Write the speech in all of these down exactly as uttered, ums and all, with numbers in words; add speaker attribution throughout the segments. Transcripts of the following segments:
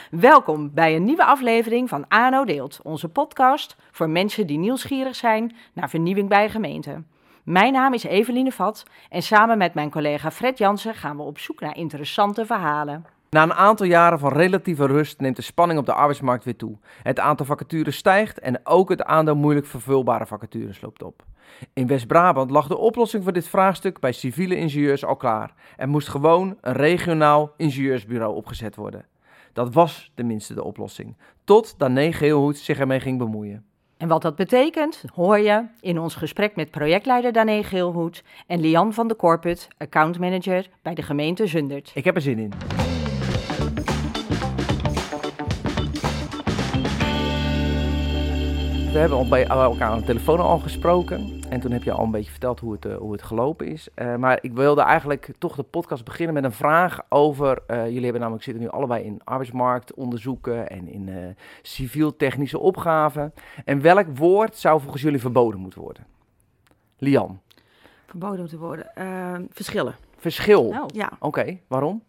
Speaker 1: Welkom bij een nieuwe aflevering van ANO Deelt, onze podcast voor mensen die nieuwsgierig zijn naar vernieuwing bij gemeenten. Mijn naam is Eveline Vat en samen met mijn collega Fred Jansen gaan we op zoek naar interessante verhalen.
Speaker 2: Na een aantal jaren van relatieve rust neemt de spanning op de arbeidsmarkt weer toe. Het aantal vacatures stijgt en ook het aandeel moeilijk vervulbare vacatures loopt op. In West-Brabant lag de oplossing voor dit vraagstuk bij civiele ingenieurs al klaar. Er moest gewoon een regionaal ingenieursbureau opgezet worden. Dat was tenminste de oplossing, tot Dané Geelhoed zich ermee ging bemoeien.
Speaker 1: En wat dat betekent, hoor je in ons gesprek met projectleider Dané Geelhoed en Lian van de Korput, accountmanager bij de gemeente Zundert.
Speaker 2: Ik heb er zin in. We hebben al bij elkaar aan de telefoon al gesproken. En toen heb je al een beetje verteld hoe het, uh, hoe het gelopen is. Uh, maar ik wilde eigenlijk toch de podcast beginnen met een vraag over... Uh, jullie hebben namelijk zitten nu allebei in arbeidsmarktonderzoeken en in uh, civiel-technische opgaven. En welk woord zou volgens jullie verboden moeten worden? Lian.
Speaker 3: Verboden moeten worden? Uh, verschillen.
Speaker 2: Verschil?
Speaker 1: Oh.
Speaker 3: Ja.
Speaker 2: Oké, okay. Waarom?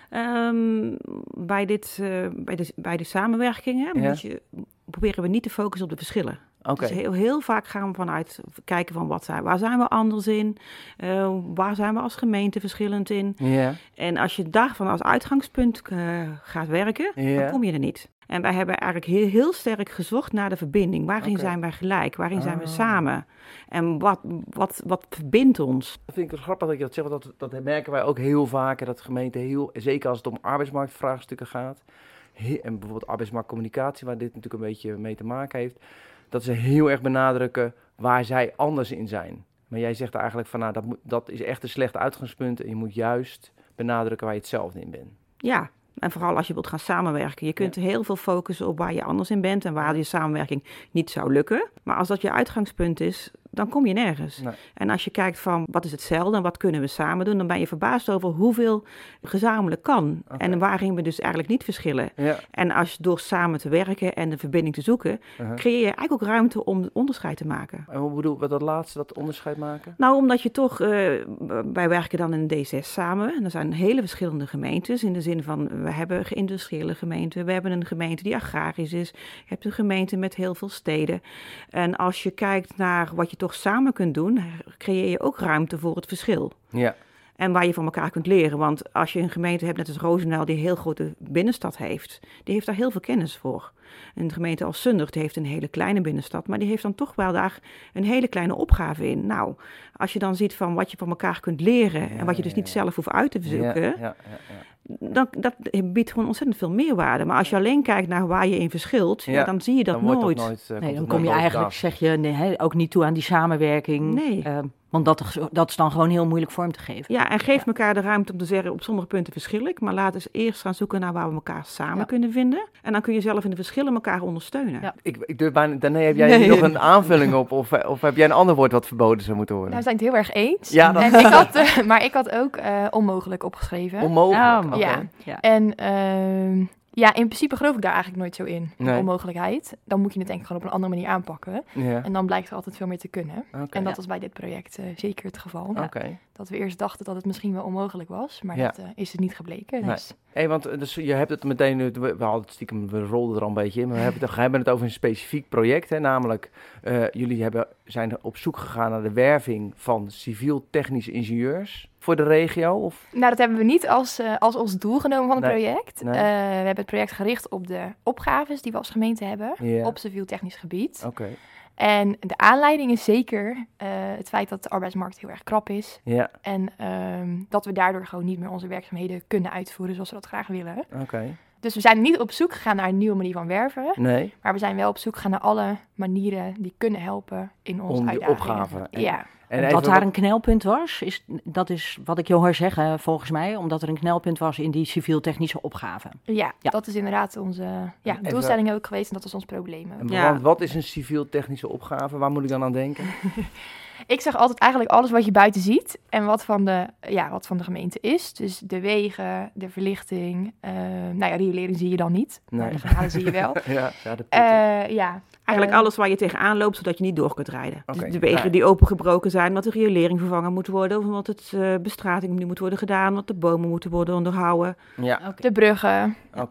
Speaker 3: Um, bij, dit, uh, bij, de, bij de samenwerkingen
Speaker 2: Ja.
Speaker 3: moet je, proberen we niet te focussen op de verschillen.
Speaker 2: Okay.
Speaker 3: Dus heel, heel vaak gaan we vanuit kijken van wat zijn, waar zijn we anders in, uh, waar zijn we als gemeente verschillend in.
Speaker 2: Ja.
Speaker 3: En als je daarvan als uitgangspunt uh, gaat werken,
Speaker 2: Ja.
Speaker 3: dan kom je er niet. En wij hebben eigenlijk heel, heel sterk gezocht naar de verbinding. Waarin
Speaker 2: Okay.
Speaker 3: zijn wij gelijk? Waarin
Speaker 2: Ah.
Speaker 3: zijn we samen? En wat, wat, wat verbindt ons?
Speaker 2: Dat vind ik grappig dat je dat zegt, want dat, dat merken wij ook heel vaak. Dat gemeenten heel, zeker als het om arbeidsmarktvraagstukken gaat, he, en bijvoorbeeld arbeidsmarktcommunicatie, waar dit natuurlijk een beetje mee te maken heeft, dat ze heel erg benadrukken waar zij anders in zijn. Maar jij zegt eigenlijk van, nou, dat, moet, dat is echt een slecht uitgangspunt en je moet juist benadrukken waar je hetzelfde in bent.
Speaker 3: Ja, en vooral als je wilt gaan samenwerken. Je kunt
Speaker 2: Ja.
Speaker 3: heel veel focussen op waar je anders in bent en waar je samenwerking niet zou lukken. Maar als dat je uitgangspunt is, dan kom je nergens.
Speaker 2: Nee.
Speaker 3: En als je kijkt van wat is hetzelfde en wat kunnen we samen doen, dan ben je verbaasd over hoeveel gezamenlijk kan.
Speaker 2: Okay.
Speaker 3: En waarin we dus eigenlijk niet verschillen.
Speaker 2: Ja.
Speaker 3: En als door samen te werken en de verbinding te zoeken,
Speaker 2: Uh-huh.
Speaker 3: creëer je eigenlijk ook ruimte om onderscheid te maken.
Speaker 2: En hoe bedoel je dat laatste, dat onderscheid maken?
Speaker 3: Nou, omdat je toch, uh, wij werken dan in D zes samen. En er zijn hele verschillende gemeentes. In de zin van, we hebben geïndustriële gemeenten. We hebben een gemeente die agrarisch is. Je hebt een gemeente met heel veel steden. En als je kijkt naar wat je toch samen kunt doen, creëer je ook ruimte voor het verschil.
Speaker 2: Ja.
Speaker 3: En waar je van elkaar kunt leren. Want als je een gemeente hebt, net als Roosendaal, die een heel grote binnenstad heeft, die heeft daar heel veel kennis voor. Een gemeente als Zundert heeft een hele kleine binnenstad, maar die heeft dan toch wel daar een hele kleine opgave in. Nou, als je dan ziet van wat je van elkaar kunt leren
Speaker 2: Ja,
Speaker 3: en wat je dus
Speaker 2: ja,
Speaker 3: niet
Speaker 2: ja.
Speaker 3: zelf hoeft uit te zoeken,
Speaker 2: Ja, ja, ja, ja.
Speaker 3: dan dat biedt gewoon ontzettend veel meerwaarde. Maar als je alleen kijkt naar waar je in verschilt, ja,
Speaker 2: Ja,
Speaker 3: dan zie je dat
Speaker 2: dan wordt
Speaker 3: nooit.
Speaker 2: Dat nooit uh,
Speaker 1: Nee,
Speaker 2: komt
Speaker 1: dan
Speaker 2: het
Speaker 1: kom je
Speaker 2: nooit
Speaker 1: eigenlijk,
Speaker 2: af.
Speaker 1: zeg je, nee, hè, ook niet toe aan die samenwerking.
Speaker 3: Nee.
Speaker 1: Uh, want dat, dat is dan gewoon heel moeilijk vorm te geven.
Speaker 3: Ja, en geef
Speaker 1: Ja.
Speaker 3: elkaar de ruimte om te zeggen, op sommige punten verschil ik, maar laten we eerst gaan zoeken naar waar we elkaar samen
Speaker 1: Ja.
Speaker 3: kunnen vinden. En dan kun je zelf in de verschillen elkaar ondersteunen.
Speaker 1: Ja.
Speaker 2: Ik, ik durf bijna, Dané, heb jij
Speaker 1: Nee.
Speaker 2: nog een aanvulling op? Of, of heb jij een ander woord wat verboden zou moeten worden?
Speaker 4: Nou, we zijn het heel erg eens.
Speaker 2: Ja, dat-
Speaker 4: en ik had, uh, maar ik had ook uh, onmogelijk opgeschreven.
Speaker 2: Onmogelijk?
Speaker 1: Ah,
Speaker 2: Oké.
Speaker 4: Ja.
Speaker 1: Ja.
Speaker 4: En uh, ja, in principe geloof ik daar eigenlijk nooit zo in, in
Speaker 2: Nee.
Speaker 4: onmogelijkheid. Dan moet je het denk ik gewoon op een andere manier aanpakken.
Speaker 2: Ja.
Speaker 4: En dan blijkt er altijd veel meer te kunnen.
Speaker 2: Oké.
Speaker 4: En dat
Speaker 1: Ja.
Speaker 4: was bij dit project uh, zeker het geval.
Speaker 2: Oké.
Speaker 4: Dat we eerst dachten dat het misschien wel onmogelijk was, maar
Speaker 2: Ja.
Speaker 4: dat uh, is het niet gebleken.
Speaker 2: Nee.
Speaker 4: Dus.
Speaker 2: Hey, want uh, dus je hebt het meteen, nu- we, we hadden het stiekem, we rolden er al een beetje in, maar we hebben het, we hebben het over een specifiek project, hè, namelijk uh, jullie hebben, zijn op zoek gegaan naar de werving van civiel-technische ingenieurs voor de regio? Of?
Speaker 4: Nou, dat hebben we niet als, uh, als ons doel genomen van het
Speaker 2: Nee.
Speaker 4: project.
Speaker 2: Nee.
Speaker 4: Uh, we hebben het project gericht op de opgaves die we als gemeente hebben
Speaker 2: Ja.
Speaker 4: op civiel-technisch gebied.
Speaker 2: Oké.
Speaker 4: En de aanleiding is zeker uh, het feit dat de arbeidsmarkt heel erg krap is.
Speaker 2: Ja,
Speaker 4: En um, dat we daardoor gewoon niet meer onze werkzaamheden kunnen uitvoeren zoals we dat graag willen.
Speaker 2: oké.
Speaker 4: Dus we zijn niet op zoek gegaan naar een nieuwe manier van werven.
Speaker 2: Nee,
Speaker 4: Maar we zijn wel op zoek gegaan naar alle manieren die kunnen helpen in onze
Speaker 2: Om die
Speaker 4: uitdagingen.
Speaker 2: opgave. En-
Speaker 4: Ja.
Speaker 2: en
Speaker 1: Omdat
Speaker 2: even
Speaker 1: daar
Speaker 2: wat-
Speaker 1: een knelpunt was, is, dat is wat ik je hoor zeggen volgens mij, omdat er een knelpunt was in die civiel-technische opgave.
Speaker 4: Ja,
Speaker 1: Ja.
Speaker 4: dat is inderdaad onze ja,
Speaker 2: Even-
Speaker 4: doelstelling ook geweest en dat is ons probleem.
Speaker 2: En
Speaker 3: Ja.
Speaker 2: want wat is een civiel-technische opgave? Waar moet ik dan aan denken?
Speaker 4: Ik zeg altijd eigenlijk alles wat je buiten ziet en wat van de, ja, wat van de gemeente is. Dus de wegen, de verlichting, uh, nou ja, riolering zie je dan niet, maar
Speaker 2: Nee.
Speaker 4: de verhalen zie je wel.
Speaker 2: ja, ja, de putten.
Speaker 4: Uh, ja.
Speaker 3: Eigenlijk
Speaker 4: Uh,
Speaker 3: alles waar je tegenaan loopt, zodat je niet door kunt rijden.
Speaker 2: Oké,
Speaker 3: Dus de wegen
Speaker 2: ja.
Speaker 3: die opengebroken zijn, omdat de riolering vervangen moet worden, of omdat het uh, bestrating nu moet worden gedaan, omdat de bomen moeten worden onderhouden.
Speaker 2: ja,
Speaker 1: Oké.
Speaker 4: De bruggen.
Speaker 2: oké.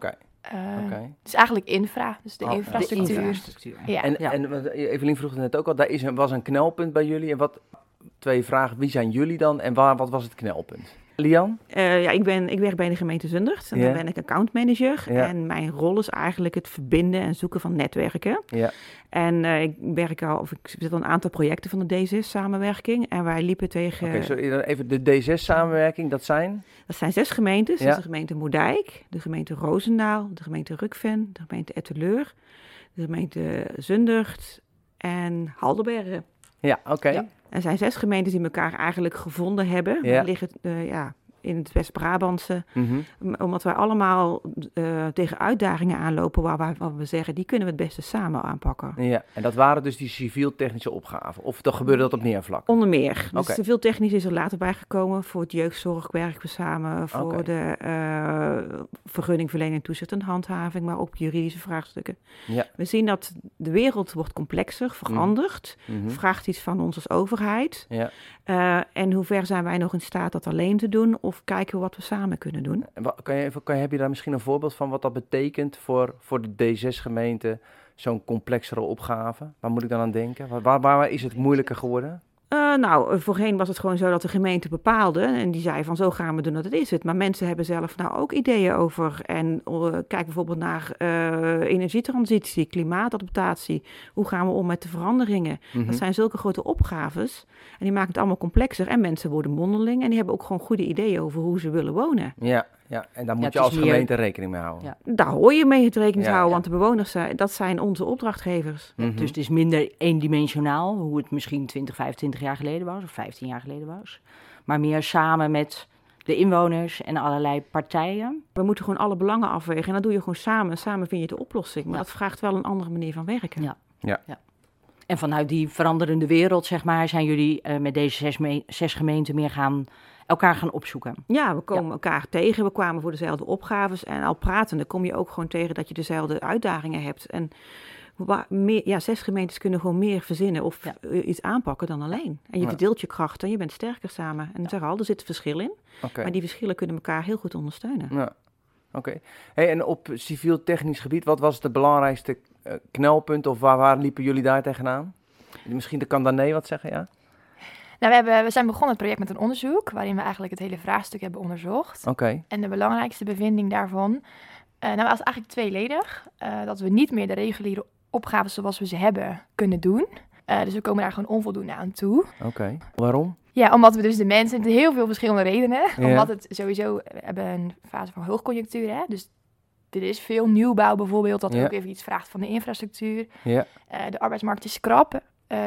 Speaker 4: Uh,
Speaker 2: Okay.
Speaker 4: Het is eigenlijk infra, dus de
Speaker 2: Oh,
Speaker 4: infrastructuur.
Speaker 1: De infrastructuur.
Speaker 4: Ja.
Speaker 2: En,
Speaker 1: Ja.
Speaker 2: en Evelien vroeg het net ook al, daar is een, was een knelpunt bij jullie. En wat, twee vragen, wie zijn jullie dan en waar, wat was het knelpunt? Lian?
Speaker 3: Uh, ja, ik, ben, ik werk bij de gemeente Zundert en
Speaker 2: Ja.
Speaker 3: daar ben ik accountmanager.
Speaker 2: Ja.
Speaker 3: En mijn rol is eigenlijk het verbinden en zoeken van netwerken.
Speaker 2: Ja.
Speaker 3: En uh, ik werk al, of ik zit al een aantal projecten van de D zes samenwerking. En wij liepen tegen...
Speaker 2: Oké, okay, even de D zes samenwerking, dat zijn?
Speaker 3: Dat zijn zes gemeentes.
Speaker 2: Ja.
Speaker 3: Dat is de gemeente Moerdijk, de gemeente Roosendaal, de gemeente Rukven, de gemeente Etteleur, de gemeente Zundert en Haldenbergen.
Speaker 2: Ja, oké. Okay.
Speaker 3: Ja. Er zijn zes gemeentes die elkaar eigenlijk gevonden hebben.
Speaker 2: Ja.
Speaker 3: Die liggen uh, ja, in het West-Brabantse.
Speaker 2: Mm-hmm.
Speaker 3: Omdat wij allemaal uh, tegen uitdagingen aanlopen waar, waar, waar we zeggen, die kunnen we het beste samen aanpakken.
Speaker 2: Ja, en dat waren dus die civiel-technische opgaven? Of dan gebeurde dat op meer vlakken?
Speaker 3: Onder meer. Dus
Speaker 2: okay.
Speaker 3: civiel technisch is er later bijgekomen. Voor het jeugdzorg werken we samen. Voor okay. de uh, vergunningverlening, toezicht en handhaving. Maar ook juridische vraagstukken.
Speaker 2: Ja.
Speaker 3: We zien dat de wereld wordt complexer, verandert.
Speaker 2: Mm-hmm.
Speaker 3: Vraagt iets van ons als overheid.
Speaker 2: Ja.
Speaker 3: Uh, en hoe ver zijn wij nog in staat dat alleen te doen? Of kijken we wat we samen kunnen doen?
Speaker 2: Kan je even, kan je, heb je daar misschien een voorbeeld van wat dat betekent voor, voor de D zes gemeente, zo'n complexere opgave? Waar moet ik dan aan denken? Waar, waar, waar is het moeilijker geworden?
Speaker 3: Uh, nou, voorheen was het gewoon zo dat de gemeente bepaalde en die zei van zo gaan we doen, dat is het. Maar mensen hebben zelf nou ook ideeën over. En uh, kijk bijvoorbeeld naar uh, energietransitie, klimaatadaptatie. Hoe gaan we om met de veranderingen? Mm-hmm. Dat zijn zulke grote opgaves en die maken het allemaal complexer. En mensen worden mondeling en die hebben ook gewoon goede ideeën over hoe ze willen wonen.
Speaker 2: Ja, ja. En daar moet
Speaker 1: ja,
Speaker 2: je als
Speaker 1: meer...
Speaker 2: gemeente rekening mee houden.
Speaker 3: Ja. Daar hoor je mee het rekening te
Speaker 2: ja,
Speaker 3: houden,
Speaker 2: ja.
Speaker 3: want de bewoners, zijn, dat zijn onze opdrachtgevers.
Speaker 1: Mm-hmm. Dus het is minder eendimensionaal, hoe het misschien twintig, vijfentwintig jaar geleden was, of vijftien jaar geleden was. Maar meer samen met de inwoners en allerlei partijen.
Speaker 3: We moeten gewoon alle belangen afwegen en dat doe je gewoon samen. Samen vind je de oplossing, maar ja. dat vraagt wel een andere manier van werken.
Speaker 1: Ja.
Speaker 2: Ja.
Speaker 1: ja. En vanuit die veranderende wereld, zeg maar, zijn jullie uh, met deze zes, me- zes gemeenten meer gaan... elkaar gaan opzoeken.
Speaker 3: Ja, we komen
Speaker 1: ja.
Speaker 3: elkaar tegen. We kwamen voor dezelfde opgaves. En al pratende kom je ook gewoon tegen dat je dezelfde uitdagingen hebt. En meer, ja, zes gemeentes kunnen gewoon meer verzinnen of ja. iets aanpakken dan alleen. En je ja. verdeelt je kracht en je bent sterker samen. En ja. zeg al, er zit verschil in.
Speaker 2: Okay.
Speaker 3: Maar die verschillen kunnen elkaar heel goed ondersteunen.
Speaker 2: Ja. Oké. Okay. Hey, en op civiel-technisch gebied, wat was de belangrijkste uh, knelpunt? Of waar, waar liepen jullie daar tegenaan? Misschien kan Dané wat zeggen, ja?
Speaker 4: Nou, we, hebben, we zijn begonnen het project met een onderzoek, waarin we eigenlijk het hele vraagstuk hebben onderzocht.
Speaker 2: Oké. Okay.
Speaker 4: En de belangrijkste bevinding daarvan, uh, nou, was eigenlijk tweeledig. Uh, dat we niet meer de reguliere opgaven zoals we ze hebben kunnen doen. Uh, dus we komen daar gewoon onvoldoende aan toe.
Speaker 2: Oké. Okay. Waarom?
Speaker 4: Ja, omdat we dus de mensen, heel veel verschillende redenen.
Speaker 2: Ja.
Speaker 4: Omdat het sowieso, we hebben een fase van hoogconjunctuur, hè. Dus er is veel nieuwbouw bijvoorbeeld, dat
Speaker 2: ja.
Speaker 4: ook even iets vraagt van de infrastructuur.
Speaker 2: Ja.
Speaker 4: Uh, de arbeidsmarkt is krap. Uh,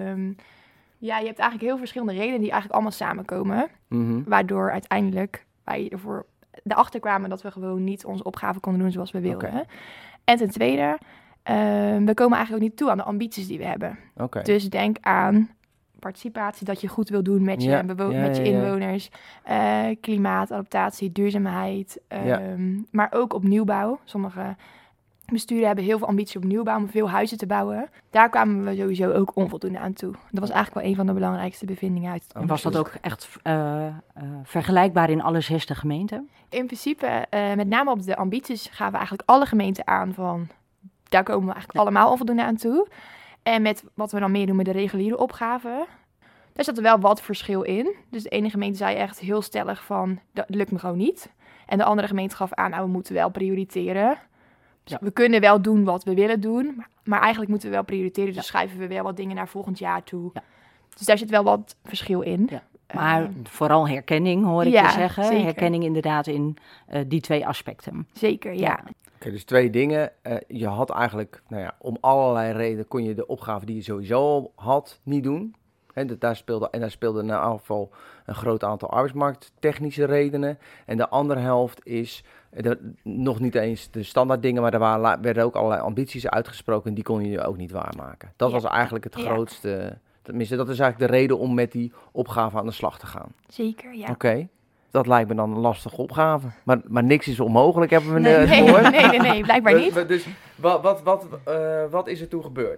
Speaker 4: Ja, je hebt eigenlijk heel verschillende redenen die eigenlijk allemaal samenkomen.
Speaker 2: Mm-hmm.
Speaker 4: Waardoor uiteindelijk wij ervoor erachter kwamen dat we gewoon niet onze opgave konden doen zoals we wilden.
Speaker 2: Okay.
Speaker 4: En ten tweede, uh, we komen eigenlijk ook niet toe aan de ambities die we hebben.
Speaker 2: Okay.
Speaker 4: Dus denk aan participatie, dat je goed wil doen met je,
Speaker 2: ja.
Speaker 4: bewo-
Speaker 2: ja,
Speaker 4: met je
Speaker 2: ja, ja.
Speaker 4: inwoners. Uh, klimaatadaptatie, duurzaamheid. Um,
Speaker 2: ja.
Speaker 4: Maar ook op nieuwbouw. Sommige besturen hebben heel veel ambitie op nieuwbouw om veel huizen te bouwen. Daar kwamen we sowieso ook onvoldoende aan toe. Dat was eigenlijk wel een van de belangrijkste bevindingen uit het
Speaker 1: onderzoek. En was dat ook echt uh, uh, vergelijkbaar in alle zesde gemeenten?
Speaker 4: In principe, uh, met name op de ambities, gaven we eigenlijk alle gemeenten aan van... daar komen we eigenlijk ja. allemaal onvoldoende aan toe. En met wat we dan meer doen met de reguliere opgaven... daar zat er wel wat verschil in. Dus de ene gemeente zei echt heel stellig van... dat lukt me gewoon niet. En de andere gemeente gaf aan, nou, we moeten wel prioriteren... Dus ja. We kunnen wel doen wat we willen doen, maar, maar eigenlijk moeten we wel prioriteren. Dus ja. schuiven we wel wat dingen naar volgend jaar toe. Ja. Dus daar zit wel wat verschil in.
Speaker 1: Ja. Maar uh, vooral herkenning, hoor ik
Speaker 4: ja,
Speaker 1: je zeggen.
Speaker 4: Zeker.
Speaker 1: Herkenning inderdaad in uh, die twee aspecten.
Speaker 4: Zeker, ja. ja.
Speaker 2: Oké, okay, dus twee dingen. Uh, je had eigenlijk, nou ja, om allerlei redenen kon je de opgave die je sowieso al had niet doen. He, dat, daar speelde, en daar speelde in ieder geval een groot aantal arbeidsmarkttechnische redenen. En de andere helft is de, nog niet eens de standaard dingen, maar er waren, werden ook allerlei ambities uitgesproken en die kon je ook niet waarmaken. Dat ja. was eigenlijk het grootste, ja. tenminste dat is eigenlijk de reden om met die opgave aan de slag te gaan.
Speaker 4: Zeker, ja.
Speaker 2: Oké, okay. Dat lijkt me dan een lastige opgave, maar, maar niks is onmogelijk, hebben we
Speaker 4: nee,
Speaker 2: net
Speaker 4: nee,
Speaker 2: gehoord.
Speaker 4: Nee, nee, nee, blijkbaar niet.
Speaker 2: Dus, dus wat, wat, wat, uh, wat is er toen gebeurd?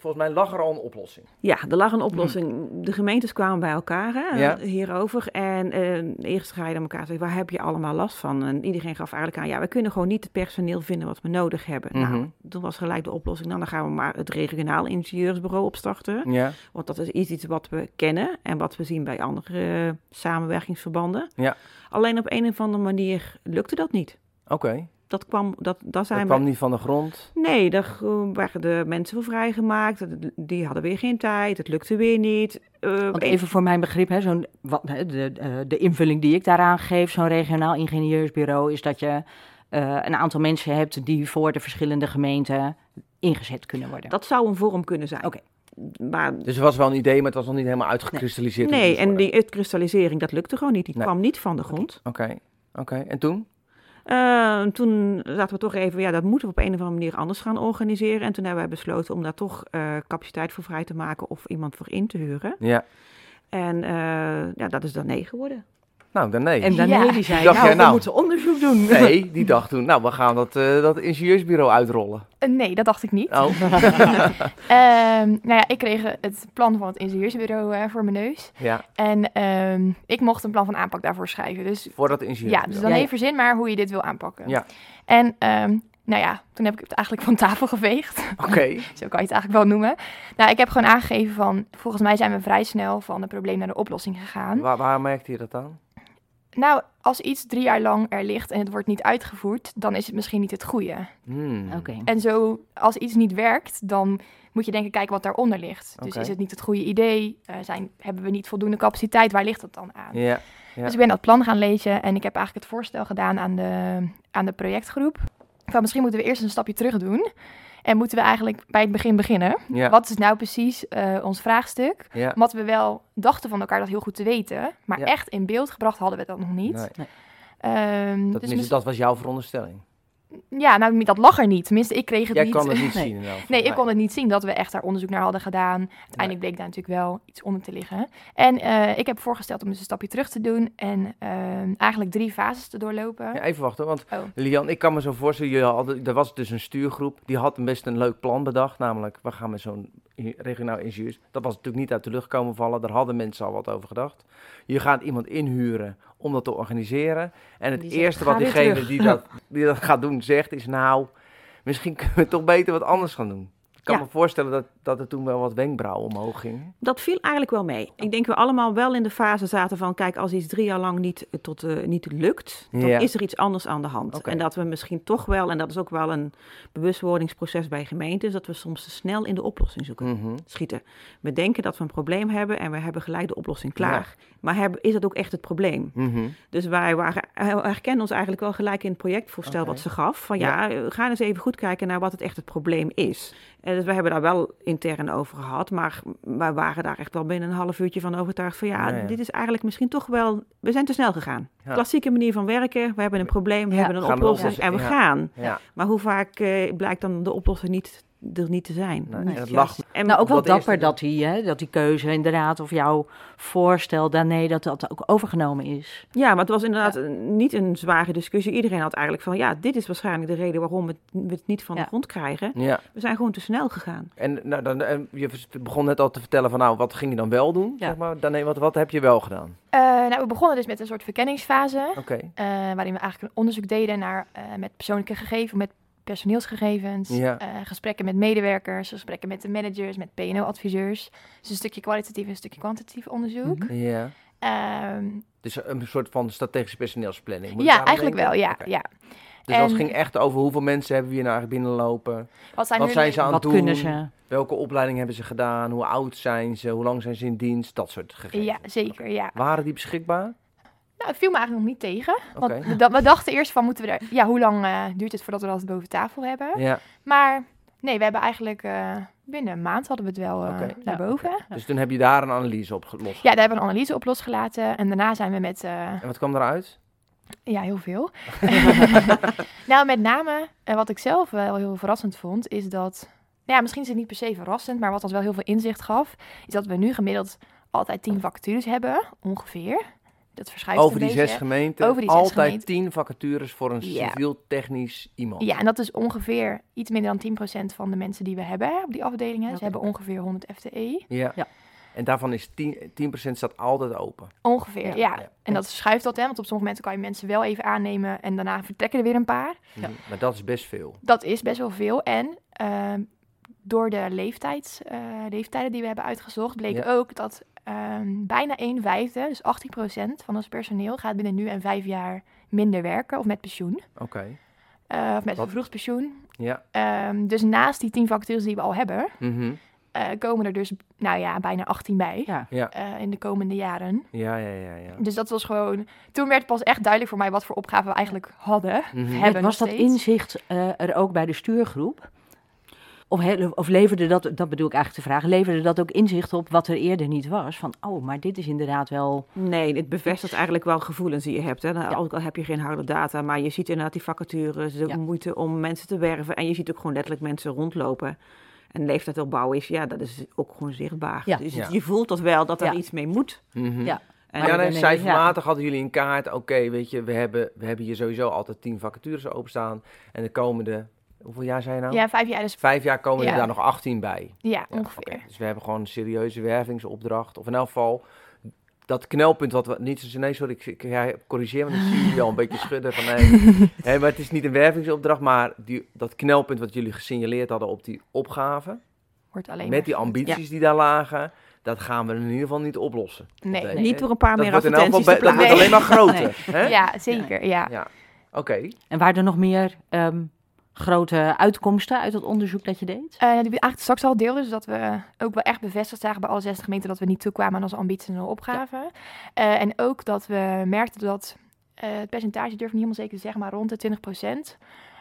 Speaker 2: volgens mij lag er al een oplossing.
Speaker 3: Ja, er lag een oplossing. De gemeentes kwamen bij elkaar hè,
Speaker 2: Ja.
Speaker 3: hierover. En uh, eerst ga je naar elkaar zeggen, waar heb je allemaal last van? En iedereen gaf eigenlijk aan, ja, we kunnen gewoon niet het personeel vinden wat we nodig hebben.
Speaker 2: Mm-hmm.
Speaker 3: Nou, toen was gelijk de oplossing, nou, dan gaan we maar het regionaal ingenieursbureau opstarten.
Speaker 2: Ja.
Speaker 3: Want dat is iets wat we kennen en wat we zien bij andere uh, samenwerkingsverbanden.
Speaker 2: Ja.
Speaker 3: Alleen op een of andere manier lukte dat niet.
Speaker 2: Oké. Okay.
Speaker 3: Dat kwam, dat, dat zijn
Speaker 2: dat kwam
Speaker 3: we...
Speaker 2: niet van de grond?
Speaker 3: Nee, daar werden de mensen voor vrijgemaakt. Die hadden weer geen tijd. Het lukte weer niet.
Speaker 1: Uh, Want even voor mijn begrip, hè, zo'n, wat, de, de, de invulling die ik daaraan geef, zo'n regionaal ingenieursbureau, is dat je uh, een aantal mensen hebt die voor de verschillende gemeenten ingezet kunnen worden.
Speaker 3: Dat zou een vorm kunnen zijn.
Speaker 1: Oké.
Speaker 3: Maar,
Speaker 2: dus er was wel een idee, maar het was nog niet helemaal uitgekristalliseerd.
Speaker 3: Nee, nee en die uitkristallisering, dat lukte gewoon niet. Die
Speaker 2: nee.
Speaker 3: kwam niet van de grond.
Speaker 2: Oké, okay. oké. Okay. En toen?
Speaker 3: Uh, toen zaten we toch even, ja, dat moeten we op een of andere manier anders gaan organiseren. En toen hebben wij besloten om daar toch uh, capaciteit voor vrij te maken of iemand voor in te huren.
Speaker 2: Ja.
Speaker 3: En uh, ja, dat is dan nee geworden.
Speaker 2: Nou, dan nee.
Speaker 1: En Dané
Speaker 4: ja.
Speaker 1: die zei,
Speaker 2: dacht,
Speaker 1: nou,
Speaker 2: ja, nou,
Speaker 1: we moeten onderzoek doen.
Speaker 2: Nee, die dacht toen, nou, we gaan dat, uh, dat ingenieursbureau uitrollen.
Speaker 4: Uh, nee, dat dacht ik niet.
Speaker 2: Oh.
Speaker 4: um, nou ja, ik kreeg het plan van het ingenieursbureau uh, voor mijn neus.
Speaker 2: Ja.
Speaker 4: En um, ik mocht een plan van aanpak daarvoor schrijven. Dus,
Speaker 2: voor dat ingenieursbureau?
Speaker 4: Ja, dus dan
Speaker 1: ja,
Speaker 4: even verzin maar hoe je dit wil aanpakken.
Speaker 2: Ja.
Speaker 4: En um, nou ja, toen heb ik het eigenlijk van tafel geveegd.
Speaker 2: Oké. Okay.
Speaker 4: Zo kan je het eigenlijk wel noemen. Nou, ik heb gewoon aangegeven van, volgens mij zijn we vrij snel van het probleem naar de oplossing gegaan.
Speaker 2: Waar, waar merkte je dat aan?
Speaker 4: Nou, als iets drie jaar lang er ligt en het wordt niet uitgevoerd, dan is het misschien niet het goede.
Speaker 2: Hmm.
Speaker 1: Okay.
Speaker 4: En zo, als iets niet werkt, dan moet je denken, kijken wat daaronder ligt. Dus
Speaker 2: Okay.
Speaker 4: is het niet het goede idee? Uh, zijn, hebben we niet voldoende capaciteit? Waar ligt dat dan aan?
Speaker 2: Ja, ja.
Speaker 4: Dus ik ben dat plan gaan lezen en ik heb eigenlijk het voorstel gedaan aan de, aan de projectgroep. Van misschien moeten we eerst een stapje terug doen. En moeten we eigenlijk bij het begin beginnen.
Speaker 2: Ja.
Speaker 4: Wat is nou precies uh, ons vraagstuk?
Speaker 2: Ja.
Speaker 4: Omdat we wel dachten van elkaar dat heel goed te weten. Maar
Speaker 2: Ja.
Speaker 4: echt in beeld gebracht hadden we dat nog niet.
Speaker 2: Nee.
Speaker 4: Um,
Speaker 2: dat,
Speaker 4: dus
Speaker 2: mis,
Speaker 4: mis-
Speaker 2: dat was jouw veronderstelling?
Speaker 4: Ja, nou, dat lag er niet. Tenminste, ik kreeg het
Speaker 2: Jij
Speaker 4: niet.
Speaker 2: kan het niet
Speaker 1: Nee.
Speaker 2: zien. In elk geval.
Speaker 4: Nee, ik kon het niet zien dat we echt daar onderzoek naar hadden gedaan. Uiteindelijk
Speaker 2: Nee.
Speaker 4: bleek daar natuurlijk wel iets onder te liggen. En uh, ik heb voorgesteld om dus een stapje terug te doen en uh, eigenlijk drie fases te doorlopen.
Speaker 2: Ja, even wachten, want
Speaker 4: Oh.
Speaker 2: Lian, ik kan me zo voorstellen, je had, er was dus een stuurgroep, die had een best een leuk plan bedacht, namelijk, we gaan met zo'n i- regionaal ingenieurs, dat was natuurlijk niet uit de lucht komen vallen, daar hadden mensen al wat over gedacht. Je gaat iemand inhuren om dat te organiseren en het
Speaker 1: Die zegt,
Speaker 2: eerste
Speaker 1: "Ga
Speaker 2: wat
Speaker 1: weer
Speaker 2: diegene
Speaker 1: terug."
Speaker 2: die dat, die dat gaat doen zegt is, nou, misschien kunnen we toch beter wat anders gaan doen. Ik kan
Speaker 3: Ja.
Speaker 2: me voorstellen dat, dat er toen wel wat wenkbrauwen omhoog gingen.
Speaker 3: Dat viel eigenlijk wel mee. Ik denk we allemaal wel in de fase zaten van, kijk, als iets drie jaar lang niet, tot, uh, niet lukt, dan
Speaker 2: Ja.
Speaker 3: is er iets anders aan de hand.
Speaker 2: Oké.
Speaker 3: En dat we misschien toch wel, en dat is ook wel een bewustwordingsproces bij gemeentes, dat we soms te snel in de oplossing zoeken,
Speaker 2: Mhm.
Speaker 3: schieten. We denken dat we een probleem hebben en we hebben gelijk de oplossing klaar. Maar hebben, is dat ook echt het probleem?
Speaker 2: Mhm.
Speaker 3: Dus wij waren, herkennen ons eigenlijk wel gelijk in het projectvoorstel
Speaker 2: Oké.
Speaker 3: wat ze gaf. Van ja, ja, ga eens even goed kijken naar wat het echt het probleem is. En dus we hebben daar wel intern over gehad. Maar wij waren daar echt wel binnen een half uurtje van overtuigd van ja,
Speaker 2: Ja, ja.
Speaker 3: dit is eigenlijk misschien toch wel, we zijn te snel gegaan.
Speaker 2: Ja.
Speaker 3: Klassieke manier van werken, we hebben een probleem, we
Speaker 1: Ja.
Speaker 3: hebben een
Speaker 2: Gaan we
Speaker 3: oplossing
Speaker 2: oplossen,
Speaker 3: en we
Speaker 2: ja.
Speaker 3: gaan.
Speaker 2: Ja.
Speaker 3: Maar hoe vaak uh, blijkt dan de oplossing niet, er niet te zijn?
Speaker 2: Nee,
Speaker 3: Niet
Speaker 2: en het
Speaker 3: juist.
Speaker 2: lag-
Speaker 3: En
Speaker 1: Nou, ook wel
Speaker 2: Wat
Speaker 1: dapper
Speaker 2: eerste-
Speaker 1: dat die, hè, dat die keuze inderdaad, of jouw voorstel, Dané, dat dat ook overgenomen is.
Speaker 3: Ja, maar het was inderdaad uh, niet een zware discussie. Iedereen had eigenlijk van ja, dit is waarschijnlijk de reden waarom het, we het niet van
Speaker 1: Ja.
Speaker 3: de grond krijgen.
Speaker 2: Ja.
Speaker 3: We zijn gewoon te snel gegaan.
Speaker 2: En, nou, dan, en je begon net al te vertellen van, nou, wat ging je dan wel doen?
Speaker 1: Ja.
Speaker 2: Zeg maar. Dan, nee, wat, wat heb je wel gedaan?
Speaker 4: Uh, nou, we begonnen dus met een soort verkenningsfase.
Speaker 2: Oké.
Speaker 4: Uh, waarin we eigenlijk een onderzoek deden naar uh, met persoonlijke gegevens, met personeelsgegevens,
Speaker 2: Ja.
Speaker 4: uh, gesprekken met medewerkers, gesprekken met de managers, met P en O-adviseurs. Dus een stukje kwalitatief en een stukje kwantitatief onderzoek.
Speaker 1: Mhm.
Speaker 2: Ja.
Speaker 4: Um,
Speaker 2: Dus een soort van strategische personeelsplanning. Moet ik
Speaker 4: ja,
Speaker 2: daaraan
Speaker 4: eigenlijk
Speaker 2: denken?
Speaker 4: wel, ja.
Speaker 2: Oké.
Speaker 4: ja.
Speaker 2: Dus dat
Speaker 4: En-
Speaker 2: ging echt over hoeveel mensen hebben we hier nou eigenlijk binnenlopen?
Speaker 4: Wat zijn,
Speaker 2: Wat
Speaker 4: hun-
Speaker 2: zijn ze aan het
Speaker 1: Wat
Speaker 2: doen?
Speaker 1: kunnen ze?
Speaker 2: Welke opleiding hebben ze gedaan? Hoe oud zijn ze? Hoe lang zijn ze in dienst? Dat soort gegevens.
Speaker 4: Ja, zeker, ja.
Speaker 2: Waren die beschikbaar?
Speaker 4: Nou, het viel me eigenlijk nog niet tegen. Want
Speaker 2: Oké.
Speaker 4: we, da- we dachten eerst van, moeten we er... Ja, hoe lang uh, duurt het voordat we dat boven tafel hebben?
Speaker 2: Ja.
Speaker 4: Maar nee, we hebben eigenlijk... Uh, binnen een maand hadden we het wel uh,
Speaker 2: Oké.
Speaker 4: naar
Speaker 1: Ja,
Speaker 4: boven.
Speaker 2: Dus toen heb je daar een analyse op gelost.
Speaker 4: Ja, daar hebben we een analyse op losgelaten. En daarna zijn we met... Uh,
Speaker 2: En wat kwam eruit?
Speaker 4: ja, heel veel. Nou, met name, en wat ik zelf wel heel verrassend vond, is dat... Nou ja, misschien is het niet per se verrassend, maar wat ons wel heel veel inzicht gaf, is dat we nu gemiddeld altijd tien vacatures hebben, ongeveer. Dat verschuift
Speaker 2: Over
Speaker 4: een
Speaker 2: die
Speaker 4: beetje.
Speaker 2: zes gemeenten,
Speaker 4: Over die zes
Speaker 2: altijd
Speaker 4: gemeenten.
Speaker 2: tien vacatures voor een
Speaker 4: Ja.
Speaker 2: civiel-technisch iemand.
Speaker 4: Ja, en dat is ongeveer iets minder dan tien procent van de mensen die we hebben hè, op die afdelingen. Ze
Speaker 1: Oké.
Speaker 4: hebben ongeveer honderd F T E.
Speaker 2: Ja.
Speaker 1: Ja.
Speaker 2: En daarvan is tien procent staat altijd open.
Speaker 4: Ongeveer,
Speaker 1: Ja.
Speaker 4: ja.
Speaker 2: Ja.
Speaker 4: En dat schuift dat, hè, want op sommige momenten kan je mensen wel even aannemen en daarna vertrekken er weer een paar.
Speaker 2: Mhm. Maar dat is best veel.
Speaker 4: Dat is best wel veel. En ehm, door de leeftijds, eh, leeftijden die we hebben uitgezocht, bleek
Speaker 2: Ja.
Speaker 4: ook dat ehm, bijna een vijfde, dus achttien procent van ons personeel, gaat binnen nu en vijf jaar minder werken of met pensioen.
Speaker 2: Oké.
Speaker 4: Eh, of met
Speaker 2: Wat?
Speaker 4: vervroegd pensioen.
Speaker 2: Ja.
Speaker 4: Ehm, dus naast die tien vacatures die we al hebben,
Speaker 2: Mhm.
Speaker 4: eh, komen er dus, nou ja, bijna achttien bij
Speaker 1: Ja.
Speaker 2: Ja.
Speaker 4: eh, in de komende jaren.
Speaker 2: Ja, ja, ja, ja.
Speaker 4: Dus dat was gewoon, toen werd pas echt duidelijk voor mij wat voor opgave we eigenlijk hadden.
Speaker 2: Mhm.
Speaker 4: hebben
Speaker 1: Was
Speaker 4: nog
Speaker 1: dat
Speaker 4: steeds.
Speaker 1: inzicht eh, er ook bij de stuurgroep? Of, he- of leverde dat, dat bedoel ik eigenlijk te vragen, leverde dat ook inzicht op wat er eerder niet was? Van, oh, maar dit is inderdaad wel...
Speaker 3: Nee, het bevestigt eigenlijk wel gevoelens die je hebt. Hè. Nou, Ook al heb je geen harde data, maar je ziet inderdaad die vacatures, de
Speaker 1: Ja.
Speaker 3: moeite om mensen te werven. En je ziet ook gewoon letterlijk mensen rondlopen. En leeftijdsopbouw is, ja, dat is ook gewoon zichtbaar.
Speaker 1: Ja.
Speaker 3: Dus
Speaker 2: Ja.
Speaker 3: je voelt dat wel, dat er
Speaker 1: Ja.
Speaker 3: iets mee moet.
Speaker 2: Mhm.
Speaker 1: Ja.
Speaker 3: En
Speaker 1: Maar
Speaker 2: Ja, nee,
Speaker 1: nee,
Speaker 2: cijfermatig hadden jullie een kaart. Oké, weet je, we hebben, we hebben hier sowieso altijd tien vacatures openstaan. En de komende, hoeveel jaar zijn je nou?
Speaker 4: Ja, vijf jaar is,
Speaker 2: Vijf jaar komen er
Speaker 4: Ja.
Speaker 2: daar nog achttien bij.
Speaker 4: ja,
Speaker 2: Ja,
Speaker 4: ongeveer.
Speaker 2: oké. Dus we hebben gewoon een serieuze wervingsopdracht. Of in elk geval, dat knelpunt wat we... Niet zo, nee, sorry, ik, ik ja, corrigeer me. Dan zie je al een beetje schudden van nee. Hè, maar het is niet een wervingsopdracht, maar die, dat knelpunt wat jullie gesignaleerd hadden op die opgave.
Speaker 4: Wordt alleen
Speaker 2: Met die
Speaker 4: maar-
Speaker 2: ambities die daar lagen. Dat gaan we in ieder geval niet oplossen.
Speaker 4: Nee,
Speaker 2: Dat-
Speaker 4: nee.
Speaker 3: niet door een paar
Speaker 2: Dat
Speaker 3: meer
Speaker 2: wordt in elk geval
Speaker 3: advertenties te
Speaker 2: be- dat wordt
Speaker 3: plaatsen.
Speaker 2: alleen maar groter. Hè?
Speaker 4: Ja, zeker, ja.
Speaker 2: Ja. Oké.
Speaker 1: En waren er nog meer ehm, grote uitkomsten uit het onderzoek dat je deed?
Speaker 4: Eh, die we eigenlijk straks al deelden, dus dat we ook wel echt bevestigd zagen bij alle zestig gemeenten dat we niet toekwamen aan onze ambities en opgaven. Eh, en ook dat we merkten dat eh, het percentage, durf ik niet helemaal zeker te zeggen, maar rond de twintig procent,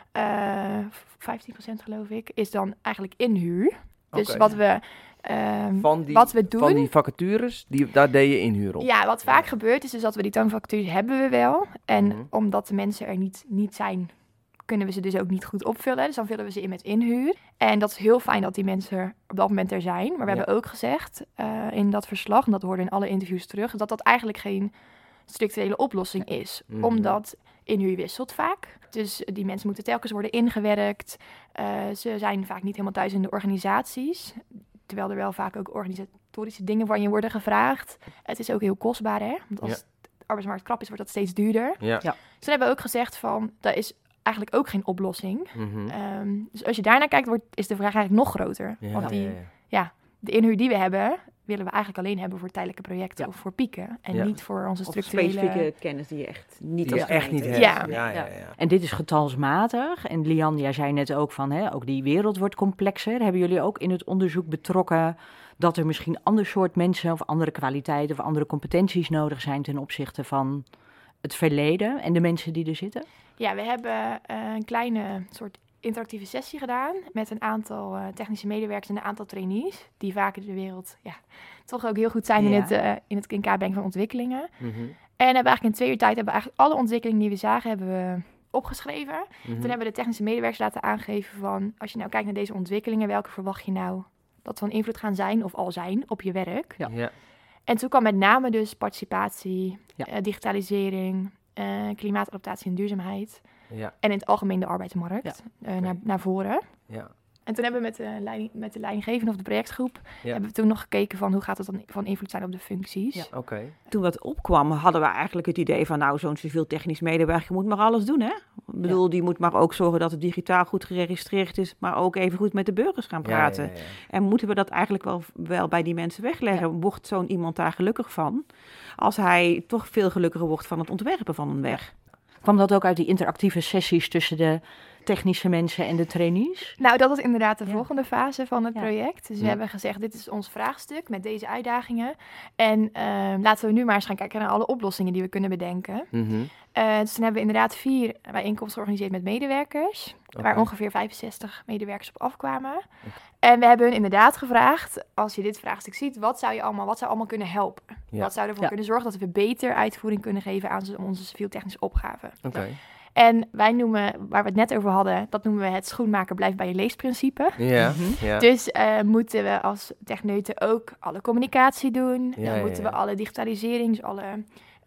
Speaker 4: eh vijftien procent geloof ik, is dan eigenlijk inhuur. Dus
Speaker 2: Oké.
Speaker 4: wat we, ehm,
Speaker 2: Van die,
Speaker 4: wat we doen...
Speaker 2: van die vacatures, die, daar deed je inhuur op.
Speaker 4: Ja, wat vaak gebeurt is dus dat we die toonvacatures hebben we wel. En
Speaker 2: Mhm.
Speaker 4: omdat de mensen er niet, niet zijn, kunnen we ze dus ook niet goed opvullen. Dus dan vullen we ze in met inhuur. En dat is heel fijn dat die mensen er op dat moment er zijn. Maar we
Speaker 2: Ja.
Speaker 4: hebben ook gezegd eh, in dat verslag, en dat hoorden we in alle interviews terug, dat dat eigenlijk geen structurele oplossing is.
Speaker 2: Mhm.
Speaker 4: Omdat inhuur wisselt vaak. Dus die mensen moeten telkens worden ingewerkt. Eh, ze zijn vaak niet helemaal thuis in de organisaties. Terwijl er wel vaak ook organisatorische dingen van je worden gevraagd. Het is ook heel kostbaar, hè? Want als
Speaker 2: Ja.
Speaker 4: de arbeidsmarkt krap is, wordt dat steeds duurder.
Speaker 2: Ja.
Speaker 1: Ja.
Speaker 4: Dus toen hebben we ook gezegd van, dat is eigenlijk ook geen oplossing.
Speaker 2: Mhm.
Speaker 4: Ehm, dus als je daarnaar kijkt, wordt, is de vraag eigenlijk nog groter.
Speaker 2: Ja,
Speaker 4: Want die,
Speaker 2: ja, ja.
Speaker 4: de inhuur die we hebben, willen we eigenlijk alleen hebben voor tijdelijke projecten
Speaker 1: Ja.
Speaker 4: of voor pieken. En
Speaker 2: Ja.
Speaker 4: niet voor onze
Speaker 3: Of
Speaker 4: structurele...
Speaker 3: specifieke kennis die je echt niet
Speaker 2: Die
Speaker 3: als
Speaker 2: je echt niet
Speaker 3: gemeente
Speaker 2: hebt.
Speaker 4: Ja.
Speaker 2: Ja, ja,
Speaker 1: Ja.
Speaker 2: ja.
Speaker 1: En dit is getalsmatig. En Lian, jij zei net ook van, hè, ook die wereld wordt complexer. Hebben jullie ook in het onderzoek betrokken dat er misschien ander soort mensen of andere kwaliteiten of andere competenties nodig zijn ten opzichte van het verleden en de mensen die er zitten?
Speaker 4: Ja, we hebben eh, een kleine soort interactieve sessie gedaan met een aantal eh, technische medewerkers en een aantal trainees, die vaak in de wereld ja, toch ook heel goed zijn in
Speaker 1: Ja.
Speaker 4: het, eh, in het in kaart brengen van ontwikkelingen.
Speaker 2: Mhm.
Speaker 4: En hebben eigenlijk in twee uur tijd hebben we eigenlijk alle ontwikkelingen die we zagen, hebben we opgeschreven.
Speaker 2: Mhm.
Speaker 4: Toen hebben we de technische medewerkers laten aangeven van, als je nou kijkt naar deze ontwikkelingen, welke verwacht je nou dat van invloed gaan zijn of al zijn op je werk?
Speaker 1: Ja.
Speaker 2: Ja.
Speaker 4: En toen kwam met name dus participatie,
Speaker 1: Ja.
Speaker 4: eh, digitalisering, eh, klimaatadaptatie en duurzaamheid.
Speaker 2: Ja.
Speaker 4: En in het algemeen de arbeidsmarkt eh, naar, naar voren.
Speaker 2: Ja.
Speaker 4: En toen hebben we met de, leiding, met de leidinggevende of de projectgroep...
Speaker 2: Ja.
Speaker 4: hebben we toen nog gekeken van hoe gaat het dan van invloed zijn op de functies.
Speaker 1: Ja.
Speaker 2: Oké.
Speaker 3: Toen dat opkwam, hadden we eigenlijk het idee van, nou, zo'n civiel technisch medewerker moet maar alles doen, hè? Ik bedoel, die moet maar ook zorgen dat het digitaal goed geregistreerd is, maar ook even goed met de burgers gaan
Speaker 2: Ja,
Speaker 3: praten.
Speaker 2: ja, ja.
Speaker 3: En moeten we dat eigenlijk wel, wel bij die mensen wegleggen? Wordt zo'n iemand daar gelukkig van, als hij toch veel gelukkiger wordt van het ontwerpen van een weg?
Speaker 1: Kwam dat ook uit die interactieve sessies tussen de technische mensen en de trainees?
Speaker 4: Nou, dat was inderdaad de
Speaker 1: Ja.
Speaker 4: volgende fase van het
Speaker 1: Ja.
Speaker 4: project. Dus we
Speaker 2: Ja.
Speaker 4: hebben gezegd, dit is ons vraagstuk met deze uitdagingen. En ehm, laten we nu maar eens gaan kijken naar alle oplossingen die we kunnen bedenken.
Speaker 2: Mhm.
Speaker 4: Eh, dus toen hebben we inderdaad vier bijeenkomsten georganiseerd met medewerkers. Waar
Speaker 2: Oké.
Speaker 4: ongeveer vijfenzestig medewerkers op afkwamen. En we hebben hun inderdaad gevraagd, als je dit vraagstuk ziet, wat zou je allemaal, wat zou allemaal kunnen helpen?
Speaker 2: Ja.
Speaker 4: Wat zou ervoor
Speaker 1: Ja.
Speaker 4: kunnen zorgen dat we beter uitvoering kunnen geven aan onze civiel-technische opgaven?
Speaker 2: Oké.
Speaker 4: En wij noemen, waar we het net over hadden, dat noemen we het schoenmaker blijft bij je leesprincipe.
Speaker 2: Ja.
Speaker 1: Mhm.
Speaker 2: Ja.
Speaker 4: Dus eh, moeten we als techneuten ook alle communicatie doen.
Speaker 2: Ja,
Speaker 4: Dan
Speaker 2: ja,
Speaker 4: moeten
Speaker 2: ja.
Speaker 4: we alle digitalisering, dus alle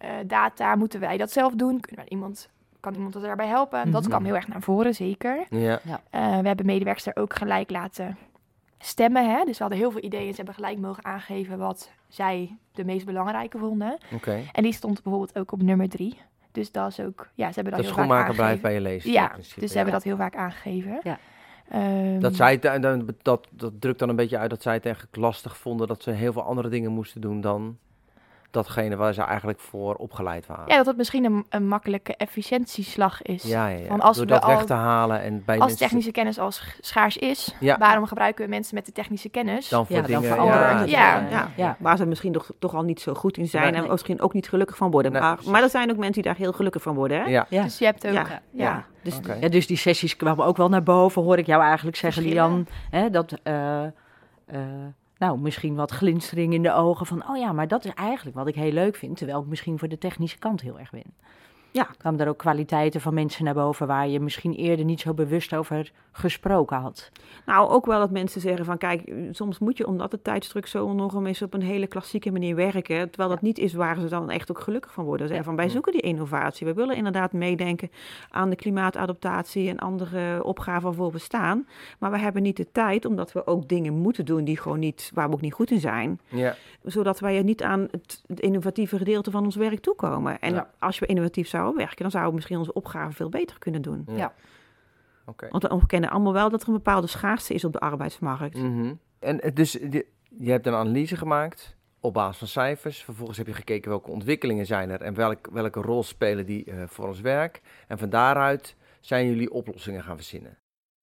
Speaker 4: uh, data, moeten wij dat zelf doen? Kunnen wij iemand, kan iemand ons daarbij helpen? Mm-hmm. Dat kwam heel erg naar voren, zeker.
Speaker 2: Ja.
Speaker 4: Uh, we hebben medewerkers daar ook gelijk laten stemmen. Hè? Dus we hadden heel veel ideeën. Ze hebben gelijk mogen aangeven wat zij de meest belangrijke vonden.
Speaker 2: Okay.
Speaker 4: En die stond bijvoorbeeld ook op nummer drie. Dus dat is ook, ja, ze hebben dat,
Speaker 2: dat
Speaker 4: heel vaak aangegeven.
Speaker 2: Dat schoenmaker blijft bij je lezen.
Speaker 4: Ja,
Speaker 2: principe,
Speaker 4: dus ze
Speaker 2: ja.
Speaker 4: hebben dat heel vaak aangegeven.
Speaker 1: Ja.
Speaker 4: Um,
Speaker 2: dat, zij, dat, dat, dat drukt dan een beetje uit dat zij het eigenlijk lastig vonden dat ze heel veel andere dingen moesten doen dan datgene waar ze eigenlijk voor opgeleid waren.
Speaker 4: Ja, dat het misschien een, een makkelijke efficiëntieslag is.
Speaker 2: Ja, ja, ja.
Speaker 4: Van als
Speaker 2: Door
Speaker 4: we
Speaker 2: dat
Speaker 4: al,
Speaker 2: weg te halen en bij
Speaker 4: als
Speaker 2: mensen...
Speaker 4: technische kennis als schaars is,
Speaker 2: ja.
Speaker 4: waarom gebruiken we mensen met de technische kennis?
Speaker 2: Dan voor
Speaker 1: ja,
Speaker 2: dingen...
Speaker 1: dan voor
Speaker 2: ja,
Speaker 1: andere
Speaker 4: ja.
Speaker 3: Ja. Ja.
Speaker 1: Ja.
Speaker 3: Waar ze misschien toch, toch al niet zo goed in zijn
Speaker 2: Nee.
Speaker 3: en misschien ook niet gelukkig van worden.
Speaker 2: Nee,
Speaker 3: maar,
Speaker 2: precies.
Speaker 3: maar er zijn ook mensen die daar heel gelukkig van worden. Hè?
Speaker 2: Ja.
Speaker 1: Ja.
Speaker 4: Dus je hebt ook...
Speaker 3: Ja.
Speaker 4: Ja.
Speaker 3: Ja. Dus,
Speaker 2: Okay.
Speaker 1: Ja, dus die sessies kwamen ook wel naar boven, hoor ik jou eigenlijk zeggen,
Speaker 4: Verschillen.
Speaker 1: Lian. Hè, dat, uh, uh, nou, misschien wat glinstering in de ogen van, oh ja, maar dat is eigenlijk wat ik heel leuk vind, terwijl ik misschien voor de technische kant heel erg ben.
Speaker 3: Ja.
Speaker 1: Kwamen er ook kwaliteiten van mensen naar boven waar je misschien eerder niet zo bewust over gesproken had?
Speaker 3: Nou, ook wel dat mensen zeggen van, kijk, soms moet je omdat het tijdsdruk zo nog eens op een hele klassieke manier werken, terwijl dat niet is waar ze dan echt ook gelukkig van worden. Ze zeggen van, wij zoeken die innovatie. We willen inderdaad meedenken aan de klimaatadaptatie en andere opgaven waarvoor we staan. Maar we hebben niet de tijd, omdat we ook dingen moeten doen die gewoon niet, waar we ook niet goed in zijn.
Speaker 2: Ja.
Speaker 3: Zodat wij niet aan het, het innovatieve gedeelte van ons werk toekomen. En
Speaker 2: Ja.
Speaker 3: als we innovatief zouden werken, dan zouden we misschien onze opgave veel beter kunnen doen.
Speaker 2: Ja.
Speaker 1: Ja.
Speaker 2: Okay.
Speaker 3: Want we ontkennen allemaal wel dat er een bepaalde schaarste is op de arbeidsmarkt.
Speaker 2: Mm-hmm. En dus je, je hebt een analyse gemaakt op basis van cijfers. Vervolgens heb je gekeken welke ontwikkelingen zijn er en welk, welke rol spelen die uh, voor ons werk. En van daaruit zijn jullie oplossingen gaan verzinnen.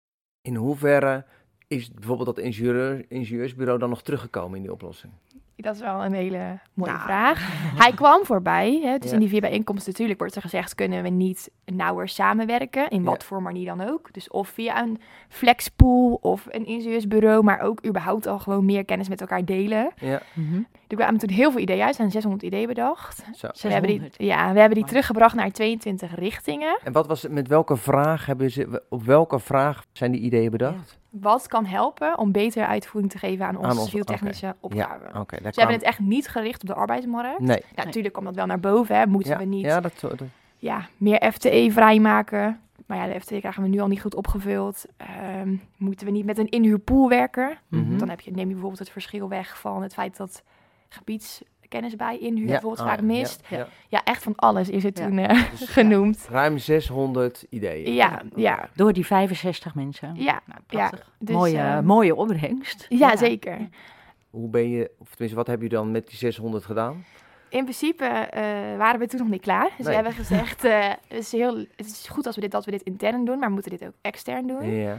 Speaker 2: In hoeverre is bijvoorbeeld dat ingenieur, ingenieursbureau dan nog teruggekomen in die oplossing?
Speaker 4: Dat is wel een hele mooie
Speaker 3: Nou.
Speaker 4: vraag. Hij kwam voorbij. Hè, dus
Speaker 2: Ja.
Speaker 4: in die vier bijeenkomsten natuurlijk wordt er gezegd, kunnen we niet nauwer samenwerken, in wat
Speaker 2: Ja.
Speaker 4: voor manier dan ook. Dus of via een flexpool of een ingenieursbureau, maar ook überhaupt al gewoon meer kennis met elkaar delen.
Speaker 2: Ja,
Speaker 1: Mm-hmm.
Speaker 4: Er kwamen toen heel veel ideeën uit, er zijn zeshonderd ideeën bedacht.
Speaker 2: zo.
Speaker 4: We hebben die,
Speaker 1: zeshonderd.
Speaker 4: ja, we hebben die
Speaker 1: Wauw.
Speaker 4: teruggebracht naar tweeëntwintig richtingen.
Speaker 2: En wat was het, met welke vraag hebben ze, op welke vraag zijn die ideeën bedacht?
Speaker 4: Wat kan helpen om betere uitvoering te geven aan onze
Speaker 2: Aan ons-
Speaker 4: civieltechnische
Speaker 2: Ja,
Speaker 4: opgaven.
Speaker 2: oké. Okay,
Speaker 4: Ze hebben het echt niet gericht op de arbeidsmarkt.
Speaker 2: Nee.
Speaker 4: Nou, natuurlijk kwam dat wel naar boven. Hè. Moeten
Speaker 2: Ja,
Speaker 4: we niet
Speaker 2: ja, dat, dat,
Speaker 4: ja, meer F T E vrijmaken? Maar ja, de F T E krijgen we nu al niet goed opgevuld. Um, moeten we niet met een inhuurpool werken?
Speaker 2: Mhm.
Speaker 4: Dan heb je, neem je bijvoorbeeld het verschil weg van het feit dat gebiedskennis bij inhuur
Speaker 2: ja.
Speaker 4: bijvoorbeeld
Speaker 2: Ah,
Speaker 4: vaak
Speaker 2: ja,
Speaker 4: mist.
Speaker 2: Ja,
Speaker 4: Ja.
Speaker 2: ja.
Speaker 4: echt van alles is het
Speaker 1: Ja.
Speaker 4: toen uh,
Speaker 2: Dus,
Speaker 4: genoemd.
Speaker 2: ruim zeshonderd ideeën.
Speaker 4: Ja, ja,
Speaker 1: Door die vijfenzestig mensen.
Speaker 4: ja.
Speaker 1: Nou,
Speaker 4: ja.
Speaker 1: prachtig.
Speaker 4: Dus,
Speaker 1: mooie,
Speaker 4: uh,
Speaker 1: mooie opbrengst.
Speaker 4: ja, zeker.
Speaker 2: Hoe ben je, of tenminste, wat heb je dan met die zeshonderd gedaan?
Speaker 4: In principe uh, waren we toen nog niet klaar. Dus
Speaker 2: Nee.
Speaker 4: we hebben gezegd, uh, het, is heel, het is goed als we dit, dat we dit intern doen, maar we moeten dit ook extern doen.
Speaker 2: Ja.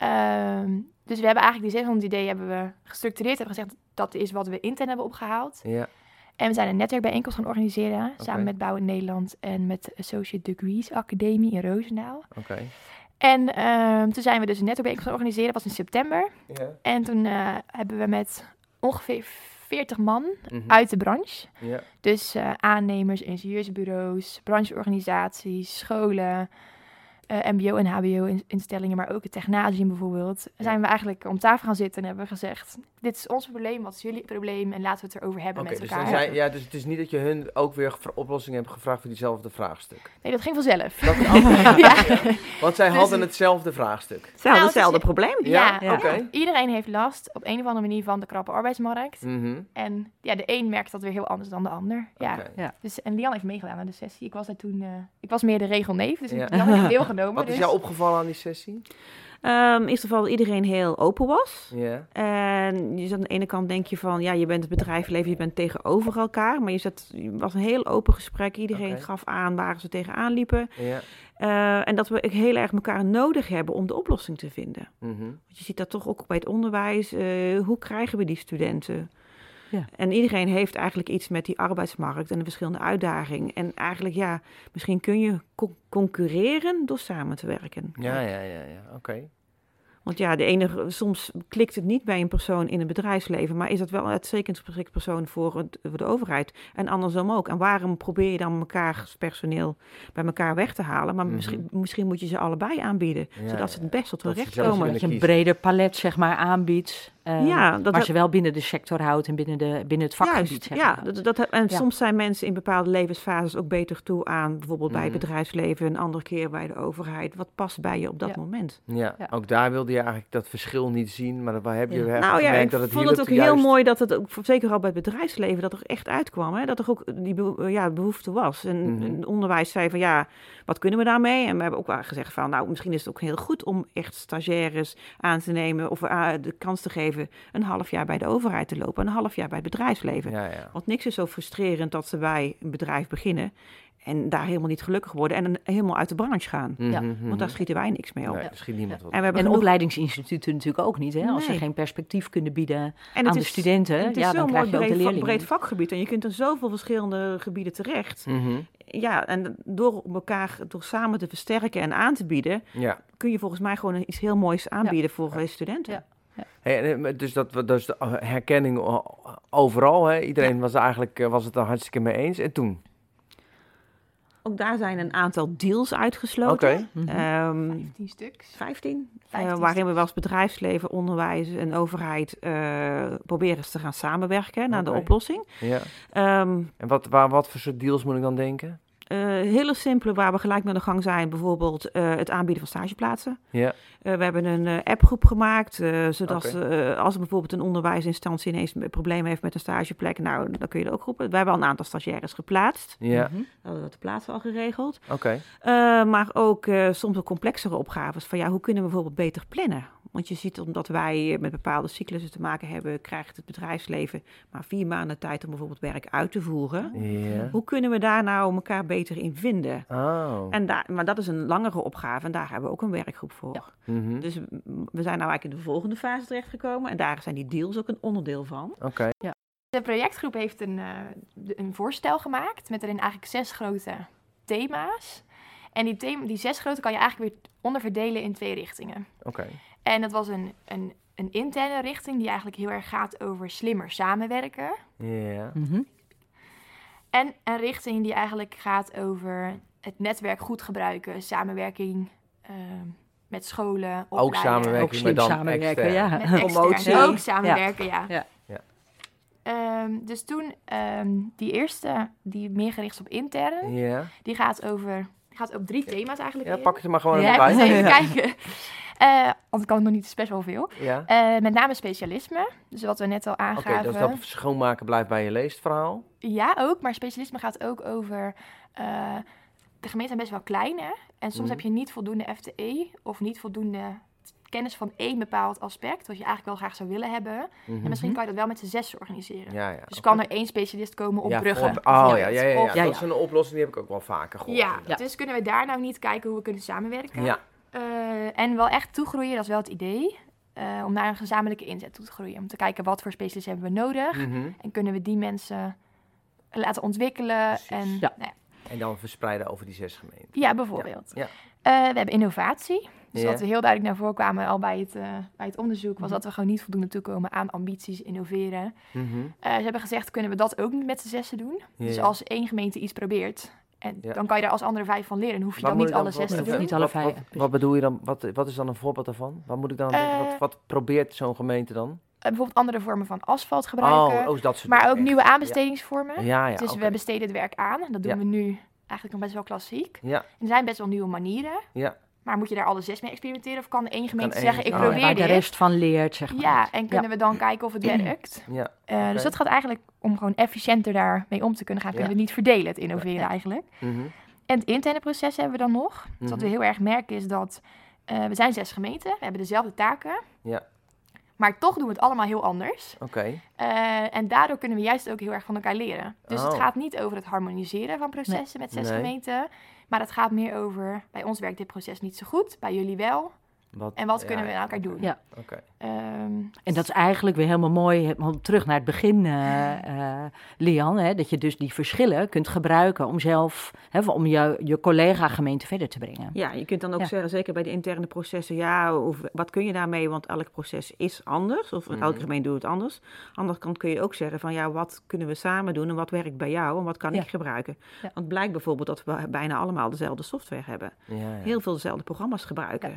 Speaker 4: Um, dus we hebben eigenlijk die zeshonderd ideeën hebben we gestructureerd. Hebben gezegd, dat is wat we intern hebben opgehaald.
Speaker 2: Ja.
Speaker 4: En we zijn een netwerkbijeenkomst gaan organiseren.
Speaker 2: Okay.
Speaker 4: Samen met Bouw in Nederland en met de Associate Degrees Academie in Roosendaal.
Speaker 2: Oké. Okay.
Speaker 4: En um, toen zijn we dus een netwerkbijeenkomst gaan organiseren. Dat was in september.
Speaker 2: Ja.
Speaker 4: En toen uh, hebben we met ongeveer veertig man
Speaker 2: Mm-hmm.
Speaker 4: uit de branche.
Speaker 2: Ja.
Speaker 4: Dus uh, aannemers, ingenieursbureaus, brancheorganisaties, scholen, uh, M B O en H B O-instellingen, maar ook het Technasium bijvoorbeeld.
Speaker 2: Ja.
Speaker 4: Zijn we eigenlijk om tafel gaan zitten en hebben we gezegd, dit is ons probleem, wat is jullie probleem en laten we het erover hebben
Speaker 2: Oké,
Speaker 4: met
Speaker 2: dus,
Speaker 4: elkaar.
Speaker 2: dan zijn, ja, dus het is niet dat je hun ook weer voor oplossingen hebt gevraagd voor diezelfde vraagstuk.
Speaker 4: Nee, dat ging vanzelf.
Speaker 2: Dat, oh,
Speaker 4: Ja.
Speaker 2: Want zij
Speaker 4: Dus-
Speaker 2: hadden hetzelfde vraagstuk.
Speaker 3: Hetzelfde,
Speaker 4: Nou,
Speaker 3: hetzelfde
Speaker 4: het is-
Speaker 3: probleem.
Speaker 4: Ja,
Speaker 2: Ja, oké.
Speaker 4: Iedereen heeft last op een of andere manier van de krappe arbeidsmarkt.
Speaker 2: Mhm.
Speaker 4: En ja, de een merkt dat weer heel anders dan de ander. Ja.
Speaker 2: Oké.
Speaker 4: Dus, en Lian heeft meegedaan aan de sessie. Ik was daar toen, uh, ik was meer de regelneef, dus
Speaker 2: Ja.
Speaker 4: Lian heeft deelgenomen.
Speaker 2: Wat is
Speaker 4: dus.
Speaker 2: jou opgevallen aan die sessie?
Speaker 3: Um, eerst of al dat iedereen heel open was.
Speaker 2: Ja.
Speaker 3: En je zat aan de ene kant denk je van, ja, je bent het bedrijfsleven, je bent tegenover elkaar. Maar je zat, het was een heel open gesprek. Iedereen
Speaker 2: Oké.
Speaker 3: gaf aan waar ze tegenaan liepen.
Speaker 2: Ja.
Speaker 3: Uh, en dat we heel erg elkaar nodig hebben om de oplossing te vinden.
Speaker 2: Mhm.
Speaker 3: Want je ziet dat toch ook bij het onderwijs. Uh, hoe krijgen we die studenten?
Speaker 1: Ja.
Speaker 3: En iedereen heeft eigenlijk iets met die arbeidsmarkt en de verschillende uitdagingen. En eigenlijk, ja, misschien kun je co- concurreren door samen te werken.
Speaker 2: Ja, ja, ja, ja. Oké. Okay.
Speaker 3: Want ja, de ene, soms klikt het niet bij een persoon in het bedrijfsleven, maar is dat wel een uitstekend persoon voor, het, voor de overheid. En andersom ook. En waarom probeer je dan elkaar personeel bij elkaar weg te halen? Maar
Speaker 2: Mhm.
Speaker 3: misschien, misschien moet je ze allebei aanbieden,
Speaker 2: Ja,
Speaker 3: zodat ze het best tot hun
Speaker 2: Dat ze
Speaker 3: recht
Speaker 2: zelf
Speaker 3: komen.
Speaker 2: kunnen
Speaker 1: Dat je een
Speaker 2: kiezen.
Speaker 1: breder palet zeg maar aanbiedt. Uh,
Speaker 3: ja, dat
Speaker 1: maar
Speaker 3: heb...
Speaker 1: ze wel binnen de sector houdt en binnen, de, binnen het vakgebied.
Speaker 3: Juist,
Speaker 1: zeg
Speaker 3: ja.
Speaker 1: maar.
Speaker 3: Dat, dat, en
Speaker 1: ja.
Speaker 3: soms zijn mensen in bepaalde levensfases ook beter toe aan, bijvoorbeeld bij
Speaker 2: Mhm.
Speaker 3: het bedrijfsleven, een andere keer bij de overheid. Wat past bij je op dat
Speaker 4: Ja.
Speaker 3: moment?
Speaker 2: Ja,
Speaker 1: Ja.
Speaker 2: ook daar wilde je eigenlijk dat verschil niet zien, maar waar heb je
Speaker 1: Ja.
Speaker 2: ja.
Speaker 3: Nou ja,
Speaker 2: gemerkt
Speaker 3: ik
Speaker 2: dat het
Speaker 3: vond
Speaker 2: hielp
Speaker 3: het ook
Speaker 2: juist...
Speaker 3: heel mooi dat het ook, zeker al bij het bedrijfsleven, dat er echt uitkwam. Hè? Dat er ook die beho- ja, behoefte was. En
Speaker 2: Mhm.
Speaker 3: het onderwijs zei van ja, wat kunnen we daarmee? En we hebben ook wel gezegd van nou, misschien is het ook heel goed om echt stagiaires aan te nemen of uh, de kans te geven een half jaar bij de overheid te lopen en een half jaar bij het bedrijfsleven.
Speaker 2: Ja, ja.
Speaker 3: Want niks is zo frustrerend dat ze bij een bedrijf beginnen en daar helemaal niet gelukkig worden en dan helemaal uit de branche gaan.
Speaker 2: Mhm,
Speaker 1: Ja,
Speaker 2: mhm.
Speaker 3: Want daar schieten wij niks mee op.
Speaker 2: Nee, daar schiet niemand wat
Speaker 3: En we hebben
Speaker 1: En
Speaker 3: genoeg...
Speaker 1: opleidingsinstituten natuurlijk ook niet. Hè? Als ze
Speaker 3: Nee.
Speaker 1: geen perspectief kunnen bieden
Speaker 3: En
Speaker 1: aan
Speaker 3: het
Speaker 1: de
Speaker 3: is,
Speaker 1: studenten,
Speaker 3: het is
Speaker 1: ja,
Speaker 3: zo'n
Speaker 1: dan krijg
Speaker 3: mooi
Speaker 1: je ook de
Speaker 3: breed, va-
Speaker 1: leerlingen.
Speaker 3: breed vakgebied en je kunt in zoveel verschillende gebieden terecht.
Speaker 2: Mhm.
Speaker 3: Ja, en door elkaar, door samen te versterken en aan te bieden,
Speaker 2: Ja.
Speaker 3: kun je volgens mij gewoon iets heel moois aanbieden voor eh, studenten.
Speaker 1: Ja.
Speaker 2: Hey, en, eh, dus dat we- dus de uh, herkenning o- overal, hè? Iedereen was eigenlijk uh, was het er hartstikke mee eens. En toen?
Speaker 3: Ook daar zijn een aantal deals
Speaker 2: Oké.
Speaker 3: uitgesloten.
Speaker 1: Mhm.
Speaker 3: Ehm,
Speaker 4: vijftien stuks.
Speaker 3: vijftien, eh,
Speaker 4: vijftien
Speaker 3: waarin we
Speaker 4: stuks.
Speaker 3: wel als bedrijfsleven, onderwijs en overheid eh, proberen eens te gaan samenwerken naar de
Speaker 2: Oké.
Speaker 3: oplossing.
Speaker 2: Ja.
Speaker 3: Ehm,
Speaker 2: En wat, waar, wat voor soort deals moet ik dan denken?
Speaker 3: Uh, hele simpele waar we gelijk mee aan de gang zijn. Bijvoorbeeld uh, het aanbieden van stageplaatsen.
Speaker 2: Ja.
Speaker 3: Uh, we hebben een uh, appgroep gemaakt. Uh, zodat
Speaker 2: Okay.
Speaker 3: uh, als er bijvoorbeeld een onderwijsinstantie ineens een probleem heeft met een stageplek. Nou, dan kun je er ook groepen. We hebben al een aantal stagiaires geplaatst.
Speaker 2: Ja.
Speaker 1: Mhm.
Speaker 3: We hadden dat de plaatsen al geregeld.
Speaker 2: Oké. Okay.
Speaker 3: Uh, maar ook uh, soms ook complexere opgaves. Van ja, hoe kunnen we bijvoorbeeld beter plannen? Want je ziet, omdat wij met bepaalde cyclussen te maken hebben, krijgt het bedrijfsleven maar vier maanden tijd om bijvoorbeeld werk uit te voeren.
Speaker 2: Ja.
Speaker 3: Hoe kunnen we daar nou elkaar beter in vinden?
Speaker 2: Oh.
Speaker 3: En daar, maar dat is een langere opgave en daar hebben we ook een werkgroep voor.
Speaker 1: Ja.
Speaker 2: Mm-hmm.
Speaker 3: Dus we zijn nou eigenlijk in de volgende fase terechtgekomen en daar zijn die deals ook een onderdeel van.
Speaker 2: Oké. Okay.
Speaker 1: Ja.
Speaker 4: De projectgroep heeft een, uh, een voorstel gemaakt met erin eigenlijk zes grote thema's. En die, thema, die zes grote kan je eigenlijk weer onderverdelen in twee richtingen.
Speaker 2: Oké. Okay.
Speaker 4: En dat was een, een, een interne richting die eigenlijk heel erg gaat over slimmer samenwerken.
Speaker 2: Ja. Yeah.
Speaker 1: Mhm.
Speaker 4: En een richting die eigenlijk gaat over het netwerk goed gebruiken, samenwerking uh, met scholen, opleiden.
Speaker 2: Ook samenwerking,
Speaker 1: ook slim
Speaker 2: maar dan
Speaker 1: samenwerken,
Speaker 2: extern.
Speaker 1: ja.
Speaker 4: Met extern.
Speaker 1: Promotie.
Speaker 4: Ook samenwerken, ja.
Speaker 1: Ja.
Speaker 2: ja.
Speaker 4: Um, dus toen, um, die eerste, die meer gericht is op intern,
Speaker 2: ja.
Speaker 4: die gaat over, die gaat op drie thema's eigenlijk
Speaker 2: Ja,
Speaker 4: in.
Speaker 2: pak het er maar gewoon
Speaker 4: ja,
Speaker 2: bij.
Speaker 4: even
Speaker 1: Ja.
Speaker 4: kijken. Uh, want ik kan het nog niet best wel veel.
Speaker 2: Ja.
Speaker 4: Uh, met name specialisme, dus wat we net al aangaven.
Speaker 2: Oké, okay, dus dat schoonmaken blijft bij je leestverhaal?
Speaker 4: Ja, ook, maar specialisme gaat ook over... Uh, de gemeenten zijn best wel klein, hè? En soms mm. heb je niet voldoende F T E of niet voldoende kennis van één bepaald aspect, wat je eigenlijk wel graag zou willen hebben. Mm-hmm. En misschien kan je dat wel met z'n zes organiseren.
Speaker 2: Ja, ja,
Speaker 4: dus
Speaker 2: okay.
Speaker 4: kan er één specialist komen op
Speaker 2: ja,
Speaker 4: bruggen.
Speaker 2: Op, oh ja, ja, ja, ja.
Speaker 4: Of,
Speaker 2: ja, dat is een oplossing, die heb ik ook wel vaker gehoord.
Speaker 4: Ja, ja, dus kunnen we daar nou niet kijken hoe we kunnen samenwerken.
Speaker 2: Ja.
Speaker 4: Uh, en wel echt toegroeien, dat is wel het idee. Uh, om naar een gezamenlijke inzet toe te groeien. Om te kijken wat voor specialisten hebben we nodig.
Speaker 2: Mm-hmm.
Speaker 4: En kunnen we die mensen laten ontwikkelen. En,
Speaker 1: ja.
Speaker 4: Nou ja.
Speaker 2: en dan verspreiden over die zes gemeenten.
Speaker 4: Ja, bijvoorbeeld.
Speaker 2: Ja.
Speaker 4: Ja. Uh, we hebben innovatie. Dus
Speaker 2: ja.
Speaker 4: wat we heel duidelijk naar voren kwamen al bij het, uh, bij het onderzoek... was mm-hmm. dat we gewoon niet voldoende toekomen aan ambities, innoveren.
Speaker 2: Mm-hmm.
Speaker 4: Uh, ze hebben gezegd, kunnen we dat ook niet met z'n zessen doen?
Speaker 2: Ja,
Speaker 4: dus
Speaker 2: ja.
Speaker 4: als één gemeente iets probeert... En
Speaker 2: ja.
Speaker 4: dan kan je daar als andere vijf van leren. Dan hoef je
Speaker 2: wat
Speaker 4: dan niet
Speaker 2: dan,
Speaker 4: alle zes te doen.
Speaker 1: Niet alle vijf.
Speaker 2: Wat, wat, wat bedoel je dan? Wat, wat is dan een voorbeeld daarvan? Wat moet ik dan? Uh, wat, wat probeert zo'n gemeente dan?
Speaker 4: Uh, bijvoorbeeld andere vormen van asfalt gebruiken.
Speaker 2: Oh, oh dat soort
Speaker 4: maar
Speaker 2: dingen.
Speaker 4: ook nieuwe aanbestedingsvormen.
Speaker 2: Ja, ja, ja,
Speaker 4: dus
Speaker 2: okay.
Speaker 4: we besteden het werk aan. Dat doen
Speaker 2: ja.
Speaker 4: we nu eigenlijk nog best wel klassiek.
Speaker 2: Ja.
Speaker 4: En er zijn best wel nieuwe manieren.
Speaker 2: Ja.
Speaker 4: Maar moet je daar alle zes mee experimenteren? Of kan één gemeente
Speaker 2: kan
Speaker 4: zeggen,
Speaker 2: één,
Speaker 4: ik
Speaker 2: oh,
Speaker 4: probeer
Speaker 1: waar
Speaker 4: dit.
Speaker 1: de rest van leert, zeg maar.
Speaker 4: Ja, en kunnen ja. we dan kijken of het werkt.
Speaker 2: Ja.
Speaker 4: Uh,
Speaker 2: okay.
Speaker 4: Dus dat gaat eigenlijk om gewoon efficiënter daarmee om te kunnen gaan. Kunnen ja. we niet verdelen, het innoveren ja. eigenlijk.
Speaker 2: Mm-hmm.
Speaker 4: En het interne proces hebben we dan nog. Dus
Speaker 2: mm-hmm.
Speaker 4: wat we heel erg merken is dat... Uh, we zijn zes gemeenten, we hebben dezelfde taken.
Speaker 2: Ja.
Speaker 4: Maar toch doen we het allemaal heel anders.
Speaker 2: Oké. Okay.
Speaker 4: Uh, en daardoor kunnen we juist ook heel erg van elkaar leren. Dus
Speaker 2: oh.
Speaker 4: het gaat niet over het harmoniseren van processen nee. met zes nee. gemeenten. Maar het gaat meer over... Bij ons werkt dit proces niet zo goed, bij jullie wel.
Speaker 2: Wat,
Speaker 4: en wat
Speaker 2: ja,
Speaker 4: kunnen we met elkaar
Speaker 2: okay.
Speaker 4: doen?
Speaker 1: Ja.
Speaker 2: Okay.
Speaker 4: Um,
Speaker 1: en dat is eigenlijk weer helemaal mooi, om terug naar het begin, uh, uh, Lian, hè, dat je dus die verschillen kunt gebruiken om zelf, hè, om je, je collega-gemeente verder te brengen.
Speaker 3: Ja, je kunt dan ook ja. zeggen, zeker bij de interne processen, ja, of, wat kun je daarmee, want elk proces is anders, of mm-hmm. elke gemeente doet het anders. Aan de andere kant kun je ook zeggen van, ja, wat kunnen we samen doen en wat werkt bij jou en wat kan ja. ik gebruiken? Ja. Want het blijkt bijvoorbeeld dat we bijna allemaal dezelfde software hebben.
Speaker 2: Ja, ja.
Speaker 3: Heel veel dezelfde programma's gebruiken.
Speaker 1: Ja.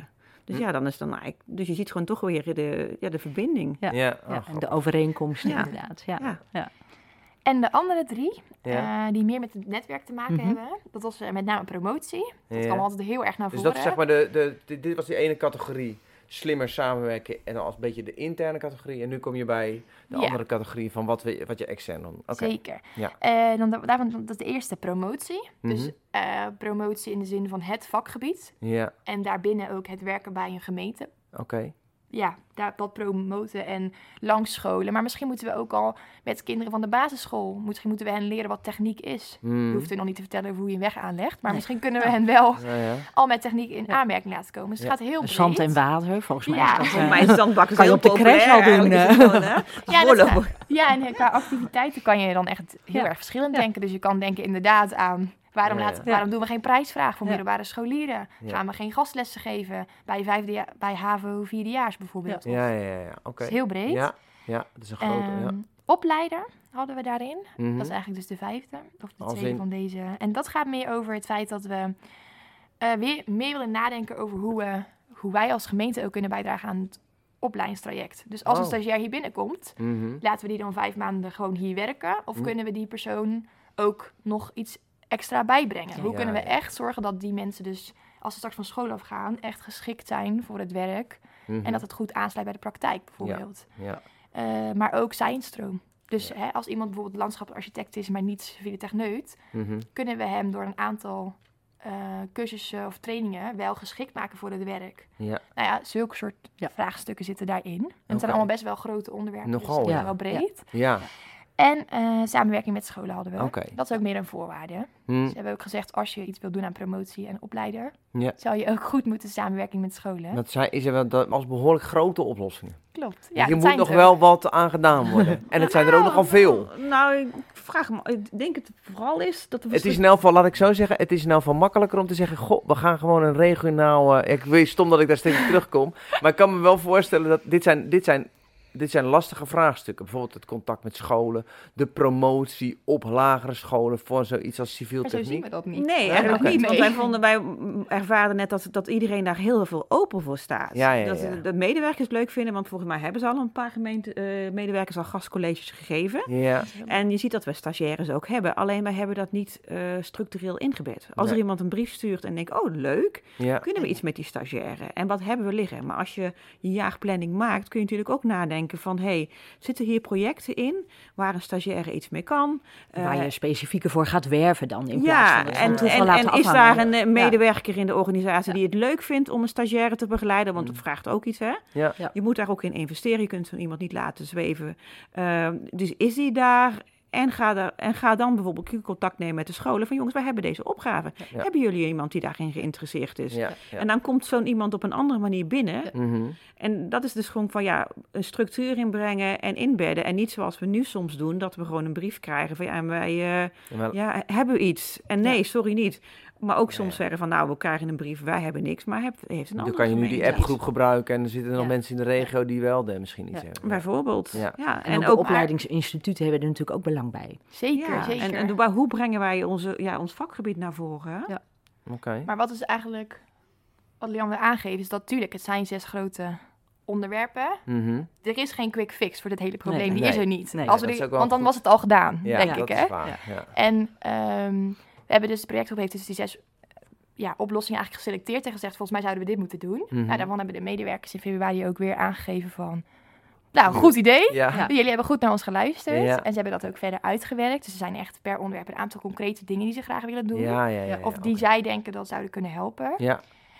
Speaker 3: Dus
Speaker 2: Hm.
Speaker 3: ja, dan is dan eigenlijk... Dus je ziet gewoon toch weer de, ja, de verbinding.
Speaker 1: Ja.
Speaker 2: Ja, oh,
Speaker 1: Ja, en
Speaker 2: grappig.
Speaker 1: de overeenkomsten
Speaker 3: Ja.
Speaker 1: inderdaad. Ja.
Speaker 3: Ja.
Speaker 1: Ja.
Speaker 4: En de andere drie,
Speaker 2: Ja.
Speaker 4: eh, die meer met het netwerk te maken
Speaker 1: Mhm.
Speaker 4: hebben, dat was eh, met name promotie. Dat
Speaker 2: Ja.
Speaker 4: kwam altijd heel erg naar
Speaker 2: Dus
Speaker 4: voren.
Speaker 2: dat is zeg maar de, de, dit, dit was die ene categorie, slimmer samenwerken en dan als een beetje de interne categorie. En nu kom je bij de
Speaker 4: Ja.
Speaker 2: andere categorie van wat, we, wat je extern dan. Oké.
Speaker 4: Zeker.
Speaker 2: Ja.
Speaker 4: Eh, dan, daarvan, dat is de eerste promotie. Dus
Speaker 2: Mhm.
Speaker 4: eh, promotie in de zin van het vakgebied.
Speaker 2: Ja,
Speaker 4: En daarbinnen ook het werken bij een gemeente.
Speaker 2: oké.
Speaker 4: Ja, daar, dat promoten en langs scholen. Maar misschien moeten we ook al met kinderen van de basisschool... misschien moeten we hen leren wat techniek is.
Speaker 2: Hmm.
Speaker 4: Je hoeft er nog niet te vertellen over hoe je een weg aanlegt. Maar
Speaker 1: Nee.
Speaker 4: misschien kunnen we hen wel
Speaker 2: Ja, ja.
Speaker 4: al met techniek in
Speaker 1: Ja.
Speaker 4: aanmerking laten komen. Dus het
Speaker 2: Ja.
Speaker 4: gaat heel breed.
Speaker 1: Zand en water, volgens mij
Speaker 4: Ja.
Speaker 1: is dat...
Speaker 3: Volgens
Speaker 1: eh,
Speaker 3: mij is zandbakken
Speaker 1: kan je
Speaker 3: heel
Speaker 1: op de
Speaker 3: populair
Speaker 1: crash al doen,
Speaker 3: eigenlijk.
Speaker 1: eh.
Speaker 3: Is het gewoon, hè?
Speaker 4: Ja, dat
Speaker 3: Voorloper.
Speaker 4: gaat- ja, en qua activiteiten kan je dan echt heel
Speaker 1: Ja.
Speaker 4: erg verschillend
Speaker 1: Ja.
Speaker 4: denken. Dus je kan denken inderdaad aan... Waarom,
Speaker 2: Ja,
Speaker 4: laat,
Speaker 2: ja.
Speaker 4: waarom doen we geen prijsvraag voor
Speaker 1: Ja.
Speaker 4: middelbare scholieren?
Speaker 2: Ja.
Speaker 4: Gaan we geen gastlessen geven bij, vijfde, bij HAVO vierdejaars bijvoorbeeld?
Speaker 2: Ja, ja, ja, ja. oké.
Speaker 4: Dat is heel breed.
Speaker 2: Ja, ja, dat is een grote, ja.
Speaker 4: Ehm, Opleider hadden we daarin.
Speaker 2: Mhm.
Speaker 4: Dat is eigenlijk dus de vijfde, of de
Speaker 2: Als
Speaker 4: tweede
Speaker 2: in-
Speaker 4: van deze. En dat gaat meer over het feit dat we eh, weer meer willen nadenken over hoe, we, hoe wij als gemeente ook kunnen bijdragen aan het opleidingstraject. Dus als een
Speaker 2: Oh.
Speaker 4: stagiair hier binnenkomt,
Speaker 2: Mhm.
Speaker 4: laten we die dan vijf maanden gewoon hier werken? Of
Speaker 2: Hm.
Speaker 4: kunnen we die persoon ook nog iets extra bijbrengen? Hoe
Speaker 2: Ja,
Speaker 4: kunnen we
Speaker 2: ja.
Speaker 4: echt zorgen dat die mensen dus, als ze straks van school afgaan, echt geschikt zijn voor het werk?
Speaker 2: Mhm.
Speaker 4: En dat het goed aansluit bij de praktijk bijvoorbeeld.
Speaker 2: Ja,
Speaker 4: Eh, maar ook zijnstroom. Dus
Speaker 2: Ja.
Speaker 4: hè, als iemand bijvoorbeeld landschapsarchitect is, maar niet civiele techneut,
Speaker 2: mhm.
Speaker 4: kunnen we hem door een aantal eh, cursussen of trainingen wel geschikt maken voor het werk.
Speaker 2: ja.
Speaker 4: Nou ja, zulke soort
Speaker 1: Ja.
Speaker 4: vraagstukken zitten daarin. En het
Speaker 2: Oké.
Speaker 4: zijn allemaal best wel grote onderwerpen.
Speaker 2: Nogal,
Speaker 4: dus die
Speaker 1: ja.
Speaker 4: zijn wel breed.
Speaker 2: Ja,
Speaker 4: En eh, samenwerking met scholen hadden we.
Speaker 2: Oké.
Speaker 4: Dat is ook meer een voorwaarde.
Speaker 2: hm.
Speaker 4: Ze hebben ook gezegd, als je iets wil doen aan promotie en opleider,
Speaker 2: Ja.
Speaker 4: zou je ook goed moeten samenwerking met scholen.
Speaker 2: Dat zijn, is er wel dat, als behoorlijk grote oplossingen.
Speaker 4: Klopt.
Speaker 2: Ja,
Speaker 4: Ja,
Speaker 2: je
Speaker 4: dat
Speaker 2: moet
Speaker 4: zijn
Speaker 2: nog
Speaker 4: het ook.
Speaker 2: wel wat aan gedaan worden. En het zijn er ook nogal veel.
Speaker 3: Nou, ik vraag me, ik denk het vooral is dat we...
Speaker 2: Het is in elk geval, laat ik zo zeggen, het is in elk geval makkelijker om te zeggen, goh, we gaan gewoon een regionaal, eh, ik weet stom dat ik daar steeds op terugkom, maar ik kan me wel voorstellen dat dit zijn, dit zijn, dit zijn lastige vraagstukken. Bijvoorbeeld het contact met scholen, de promotie op lagere scholen voor zoiets als civiel
Speaker 4: Maar zo zien
Speaker 2: techniek.
Speaker 4: we dat niet.
Speaker 3: Nee, eigenlijk
Speaker 2: oké.
Speaker 3: niet. Want
Speaker 4: Nee.
Speaker 3: wij vonden, wij mm, ervaren net dat, dat iedereen daar heel veel open voor staat.
Speaker 2: Ja, ja,
Speaker 3: dat
Speaker 2: ja.
Speaker 3: de- de medewerkers leuk vinden, want volgens mij hebben ze al een paar gemeente, eh, medewerkers al gastcolleges gegeven.
Speaker 2: Ja,
Speaker 3: En je ziet dat we stagiaires ook hebben, alleen wij hebben dat niet eh, structureel ingebed. Als
Speaker 2: Nee.
Speaker 3: er iemand een brief stuurt en denkt, oh leuk,
Speaker 2: ja,
Speaker 3: kunnen we iets met die stagiaire? En wat hebben we liggen? Maar als je je jaarplanning maakt, kun je natuurlijk ook nadenken van, hey, zitten hier projecten in waar een stagiaire iets mee kan?
Speaker 1: Waar
Speaker 3: Eh,
Speaker 1: je specifieker voor gaat werven dan in plaats
Speaker 3: ja,
Speaker 1: van het
Speaker 3: en,
Speaker 1: van tevoren
Speaker 3: en,
Speaker 1: laten
Speaker 3: en is
Speaker 1: afhangen.
Speaker 3: daar een eh, medewerker in de organisatie
Speaker 1: Ja.
Speaker 3: die het leuk vindt om een stagiaire te begeleiden? Want
Speaker 2: Mm.
Speaker 3: het vraagt ook iets, hè?
Speaker 2: ja.
Speaker 1: Ja.
Speaker 3: Je moet daar ook in investeren. Je kunt zo iemand niet laten zweven. Ehm, dus is die daar? En ga, daar, en ga dan bijvoorbeeld contact nemen met de scholen. Van jongens, wij hebben deze opgave.
Speaker 2: Ja.
Speaker 3: Hebben jullie iemand die daarin geïnteresseerd is?
Speaker 2: Ja, ja.
Speaker 3: En dan komt zo'n iemand op een andere manier binnen.
Speaker 2: Mhm.
Speaker 3: En dat is dus gewoon van ja, een structuur inbrengen en inbedden. En niet zoals we nu soms doen, dat we gewoon een brief krijgen van ja, en wij eh,
Speaker 2: Ja, maar-
Speaker 3: ja, hebben we iets. En nee,
Speaker 1: Ja.
Speaker 3: sorry niet. Maar ook
Speaker 2: Ja,
Speaker 3: soms
Speaker 2: ja.
Speaker 3: zeggen van nou, we krijgen een brief, wij hebben niks. Maar heb, heeft een
Speaker 2: Dan
Speaker 3: andere
Speaker 2: kan je nu die
Speaker 3: gemeente
Speaker 2: appgroep gebruiken en er zitten nog
Speaker 1: Ja.
Speaker 2: mensen in de regio die wel de, misschien iets
Speaker 1: Ja.
Speaker 2: hebben.
Speaker 3: bijvoorbeeld.
Speaker 2: Ja.
Speaker 3: Ja.
Speaker 1: En,
Speaker 3: En,
Speaker 1: ook,
Speaker 3: ook
Speaker 1: de opleidingsinstituten hebben er natuurlijk ook belang bij.
Speaker 4: Zeker,
Speaker 3: ja,
Speaker 4: zeker.
Speaker 3: En, en waar- hoe brengen wij onze, ja, ons vakgebied naar voren?
Speaker 1: Ja.
Speaker 2: Oké.
Speaker 4: Maar wat is eigenlijk, wat Lian wil aangeven, is dat natuurlijk, het zijn zes grote onderwerpen.
Speaker 2: Mhm.
Speaker 4: Er is geen quick fix voor dit hele probleem,
Speaker 1: Nee.
Speaker 4: die
Speaker 2: Nee.
Speaker 4: is er niet.
Speaker 1: Nee,
Speaker 4: Als
Speaker 2: dat
Speaker 4: we
Speaker 2: is
Speaker 4: die-
Speaker 2: ook wel
Speaker 4: want dan
Speaker 2: goed.
Speaker 4: was het al gedaan,
Speaker 2: Ja,
Speaker 4: denk
Speaker 2: dat
Speaker 4: ik.
Speaker 2: is
Speaker 4: Hè?
Speaker 2: waar.
Speaker 1: Ja.
Speaker 2: Ja.
Speaker 4: En ehm, we hebben dus het project heeft dus die zes ja, oplossingen eigenlijk geselecteerd en gezegd, volgens mij zouden we dit moeten doen.
Speaker 2: Mhm.
Speaker 4: Nou, daarvan hebben de medewerkers in februari ook weer aangegeven van, nou, een goed idee.
Speaker 2: Ja.
Speaker 1: Ja.
Speaker 4: Jullie hebben goed naar ons geluisterd.
Speaker 2: Ja.
Speaker 4: En ze hebben dat ook verder uitgewerkt. Dus er zijn echt per onderwerp een aantal concrete dingen die ze graag willen doen.
Speaker 2: Ja, ja, ja, ja,
Speaker 4: Of die
Speaker 2: oké.
Speaker 4: zij denken dat zouden kunnen helpen.
Speaker 2: Ja,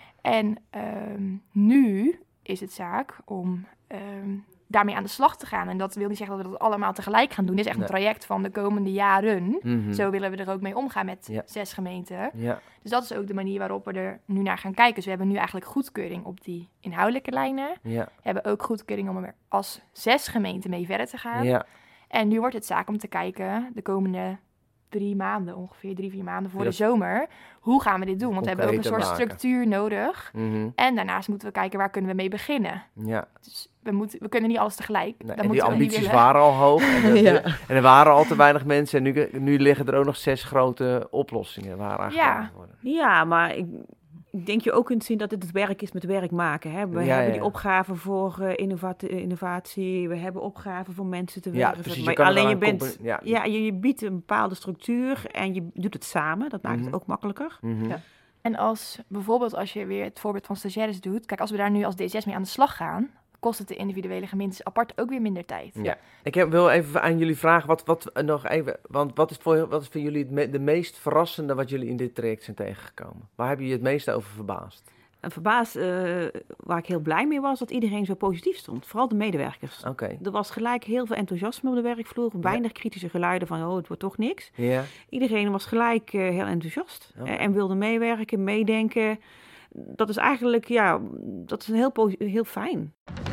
Speaker 4: En ehm, nu is het zaak om ehm, daarmee aan de slag te gaan. En dat wil niet zeggen dat we dat allemaal tegelijk gaan doen. Dit is echt
Speaker 2: Nee.
Speaker 4: een traject van de komende jaren.
Speaker 2: mhm.
Speaker 4: Zo willen we er ook mee omgaan met
Speaker 2: Ja.
Speaker 4: zes gemeenten.
Speaker 2: Ja,
Speaker 4: Dus dat is ook de manier waarop we er nu naar gaan kijken. Dus we hebben nu eigenlijk goedkeuring op die inhoudelijke lijnen.
Speaker 2: ja,
Speaker 4: We hebben ook goedkeuring om er als zes gemeenten mee verder te gaan.
Speaker 2: ja.
Speaker 4: En nu wordt het zaak om te kijken, de komende drie maanden, ongeveer drie, vier maanden voor
Speaker 2: Ja.
Speaker 4: de zomer, hoe gaan we dit doen? Want we hebben ook een
Speaker 2: Concreter
Speaker 4: soort
Speaker 2: maken.
Speaker 4: structuur nodig.
Speaker 2: mhm.
Speaker 4: En daarnaast moeten we kijken, waar kunnen we mee beginnen?
Speaker 2: Ja.
Speaker 4: Dus we, moeten, we kunnen niet alles tegelijk.
Speaker 2: Nee,
Speaker 4: dat
Speaker 2: en die
Speaker 4: moeten we niet
Speaker 2: ambities
Speaker 4: willen.
Speaker 2: waren al hoog. En, dat-
Speaker 1: Ja.
Speaker 2: en er waren al te weinig mensen. En nu, nu liggen er ook nog zes grote oplossingen waar aan
Speaker 4: Ja.
Speaker 2: gedaan worden.
Speaker 3: Ja, maar ik, ik denk je ook kunt zien dat het het werk is met werk maken. Hè? We
Speaker 2: Ja,
Speaker 3: hebben
Speaker 2: ja,
Speaker 3: die
Speaker 2: ja.
Speaker 3: opgaven voor uh, innovat- innovatie. We hebben opgaven voor mensen te
Speaker 2: Ja,
Speaker 3: werven.
Speaker 2: precies.
Speaker 3: Maar
Speaker 2: kan
Speaker 3: alleen je
Speaker 2: eraan
Speaker 3: bent...
Speaker 2: compen- Ja.
Speaker 3: Ja, je, je biedt een bepaalde structuur en je doet het samen. Dat maakt
Speaker 2: Mhm.
Speaker 3: het ook makkelijker.
Speaker 2: Mhm.
Speaker 4: Ja. En als bijvoorbeeld als je weer het voorbeeld van stagiaires doet. Kijk, als we daar nu als D zes mee aan de slag gaan, kost het de individuele gemeentes apart ook weer minder tijd.
Speaker 2: Ja. Ik heb, wil even aan jullie vragen, wat, wat uh, nog even, want wat is voor, wat is voor jullie het me- de meest verrassende wat jullie in dit traject zijn tegengekomen? Waar heb je je het meeste over verbaasd?
Speaker 3: En verbaasd, uh, waar ik heel blij mee was, dat iedereen zo positief stond. Vooral de medewerkers.
Speaker 2: Oké. Okay.
Speaker 3: Er was gelijk heel veel enthousiasme op de werkvloer. Weinig ja. kritische geluiden van, oh, het wordt toch niks.
Speaker 2: Ja.
Speaker 3: Iedereen was gelijk uh, heel enthousiast.
Speaker 2: Okay.
Speaker 3: En wilde meewerken, meedenken. Dat is eigenlijk, ja, dat is heel, posi- heel fijn.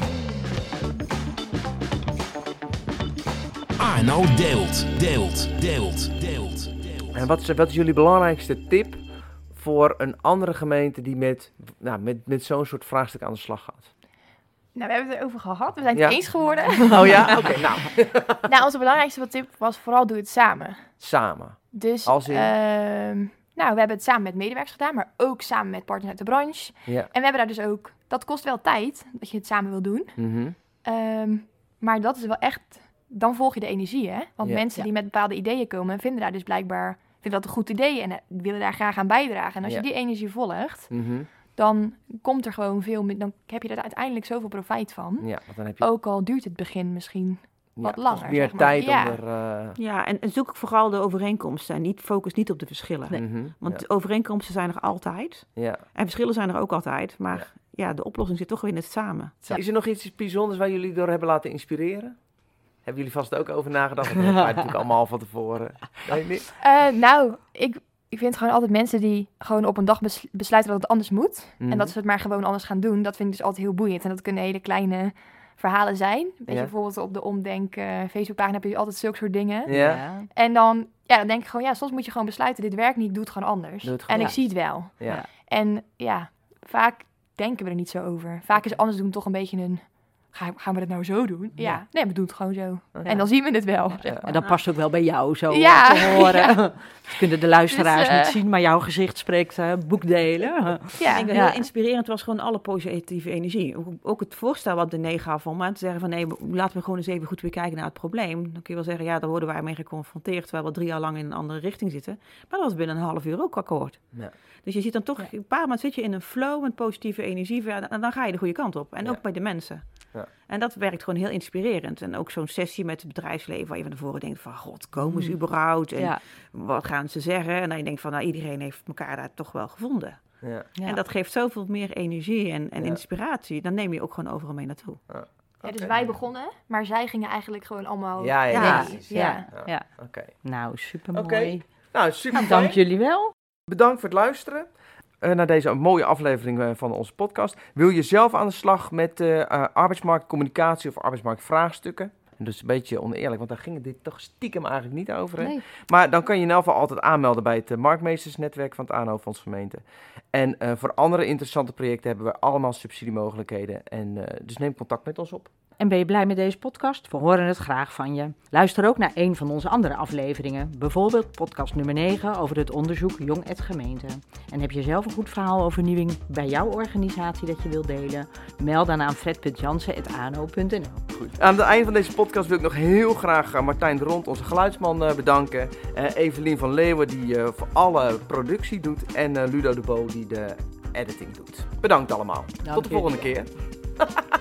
Speaker 5: Arno deelt, deelt, deelt, deelt, deelt.
Speaker 2: En wat is, wat is jullie belangrijkste tip voor een andere gemeente die met, nou, met, met zo'n soort vraagstuk aan de slag gaat?
Speaker 4: Nou, we hebben het erover gehad. We zijn
Speaker 2: ja.
Speaker 4: het eens geworden.
Speaker 2: Oh ja? Oké, okay, nou.
Speaker 4: Nou, onze belangrijkste tip was vooral doe het samen.
Speaker 2: Samen?
Speaker 4: Dus,
Speaker 2: Als in?
Speaker 4: Uh, nou, we hebben het samen met medewerkers gedaan, maar ook samen met partners uit de branche.
Speaker 2: Ja.
Speaker 4: En we hebben daar dus ook, dat kost wel tijd, dat je het samen wil doen.
Speaker 2: Mm-hmm.
Speaker 4: Um, maar dat is wel echt, dan volg je de energie, hè? Want
Speaker 2: ja.
Speaker 4: mensen
Speaker 2: ja.
Speaker 4: die met bepaalde ideeën komen, vinden daar dus blijkbaar, vinden dat een goed idee en uh, willen daar graag aan bijdragen. En als ja. je die energie volgt,
Speaker 2: mm-hmm.
Speaker 4: dan komt er gewoon veel meer, dan heb je er uiteindelijk zoveel profijt van.
Speaker 2: Ja, want dan heb je...
Speaker 4: Ook al duurt het begin misschien
Speaker 2: ja,
Speaker 4: wat langer.
Speaker 2: meer
Speaker 4: zeg maar.
Speaker 2: tijd
Speaker 4: ja.
Speaker 2: om er... Uh...
Speaker 3: Ja, en, en zoek vooral de overeenkomsten en niet, focus niet op de verschillen.
Speaker 2: Nee. Mm-hmm.
Speaker 3: Want
Speaker 2: ja.
Speaker 3: overeenkomsten zijn er altijd.
Speaker 2: Ja.
Speaker 3: En verschillen zijn er ook altijd. Maar ja.
Speaker 2: ja,
Speaker 3: de oplossing zit toch weer in het samen.
Speaker 2: Ja. Is er nog iets bijzonders waar jullie door hebben laten inspireren? Hebben jullie vast ook over nagedacht? Dat hebben wij natuurlijk allemaal al van tevoren. Weet je niet?
Speaker 4: Uh, nou, ik... Ik vind gewoon altijd mensen die gewoon op een dag bes- besluiten dat het anders moet. Mm-hmm. En dat ze het maar gewoon anders gaan doen. Dat vind ik dus altijd heel boeiend. En dat kunnen hele kleine verhalen zijn. Weet ja. je, bijvoorbeeld op de Omdenk uh, Facebookpagina heb je altijd zulke soort dingen.
Speaker 2: Ja.
Speaker 4: En dan, ja, dan denk ik gewoon, ja, soms moet je gewoon besluiten, dit werkt niet, doe het gewoon anders.
Speaker 2: Het gewoon
Speaker 4: en
Speaker 2: ja.
Speaker 4: ik zie het wel.
Speaker 2: Ja.
Speaker 4: En ja, vaak denken we er niet zo over. Vaak is anders doen toch een beetje een... Gaan we dat nou zo doen? Ja. ja. Nee, we doen het gewoon zo. Ja. En dan zien we het wel.
Speaker 1: Ja. Zeg maar. En dat past ook wel bij jou zo
Speaker 4: ja.
Speaker 1: te horen. Ja. Dat kunnen de luisteraars
Speaker 4: dus, uh...
Speaker 1: niet zien, maar jouw gezicht spreekt uh, boekdelen.
Speaker 3: Ja. Ik denk dat heel inspirerend was gewoon alle positieve energie. Ook, ook het voorstel wat de nee gaf om aan te zeggen van nee, laten we gewoon eens even goed weer kijken naar het probleem. Dan kun je wel zeggen, ja, daar worden wij mee geconfronteerd, terwijl we drie jaar lang in een andere richting zitten. Maar dat was binnen een half uur ook akkoord. Ja. Dus je ziet dan toch, ja. een paar maanden zit je in een flow met positieve energie en dan ga je de goede kant op. En ja. ook bij de mensen. Ja. En dat werkt gewoon heel inspirerend. En ook zo'n sessie met het bedrijfsleven waar je van tevoren denkt van... God, komen ze überhaupt? En ja. wat gaan ze zeggen? En dan je denkt van, nou, iedereen heeft elkaar daar toch wel gevonden. Ja. Ja. En dat geeft zoveel meer energie en, en ja. inspiratie. Dan neem je ook gewoon overal mee naartoe.
Speaker 4: Ja. Ja, dus okay. wij begonnen, maar zij gingen eigenlijk gewoon allemaal...
Speaker 2: Ja, ja,
Speaker 1: ja.
Speaker 2: ja.
Speaker 1: ja. ja. ja.
Speaker 2: ja. Oké.
Speaker 1: Okay. Nou, supermooi.
Speaker 2: Okay. Nou, super.
Speaker 1: Dank jullie wel.
Speaker 2: Bedankt voor het luisteren. Uh, naar deze mooie aflevering uh, van onze podcast. Wil je zelf aan de slag met uh, uh, arbeidsmarktcommunicatie of arbeidsmarktvraagstukken? En dat is een beetje oneerlijk, want daar ging het dit toch stiekem eigenlijk niet over. Hè? Nee. Maar dan kan je in elk geval altijd aanmelden bij het uh, Marktmeestersnetwerk van het A N O-fonds Gemeente. En uh, voor andere interessante projecten hebben we allemaal subsidiemogelijkheden. En, uh, dus neem contact met ons op.
Speaker 1: En ben je blij met deze podcast? We horen het graag van je. Luister ook naar een van onze andere afleveringen. Bijvoorbeeld podcast nummer negen over het onderzoek Jong et Gemeente. En heb je zelf een goed verhaal over vernieuwing bij jouw organisatie dat je wilt delen? Meld dan aan fred punt jansen apenstaartje a n o punt n l.
Speaker 2: Goed. Aan het einde van deze podcast wil ik nog heel graag uh, Martijn de Rond, onze geluidsman, uh, bedanken. Uh, Evelien van Leeuwen die uh, voor alle productie doet. En uh, Ludo de Bo die de editing doet. Bedankt allemaal. Dank Tot de volgende keer.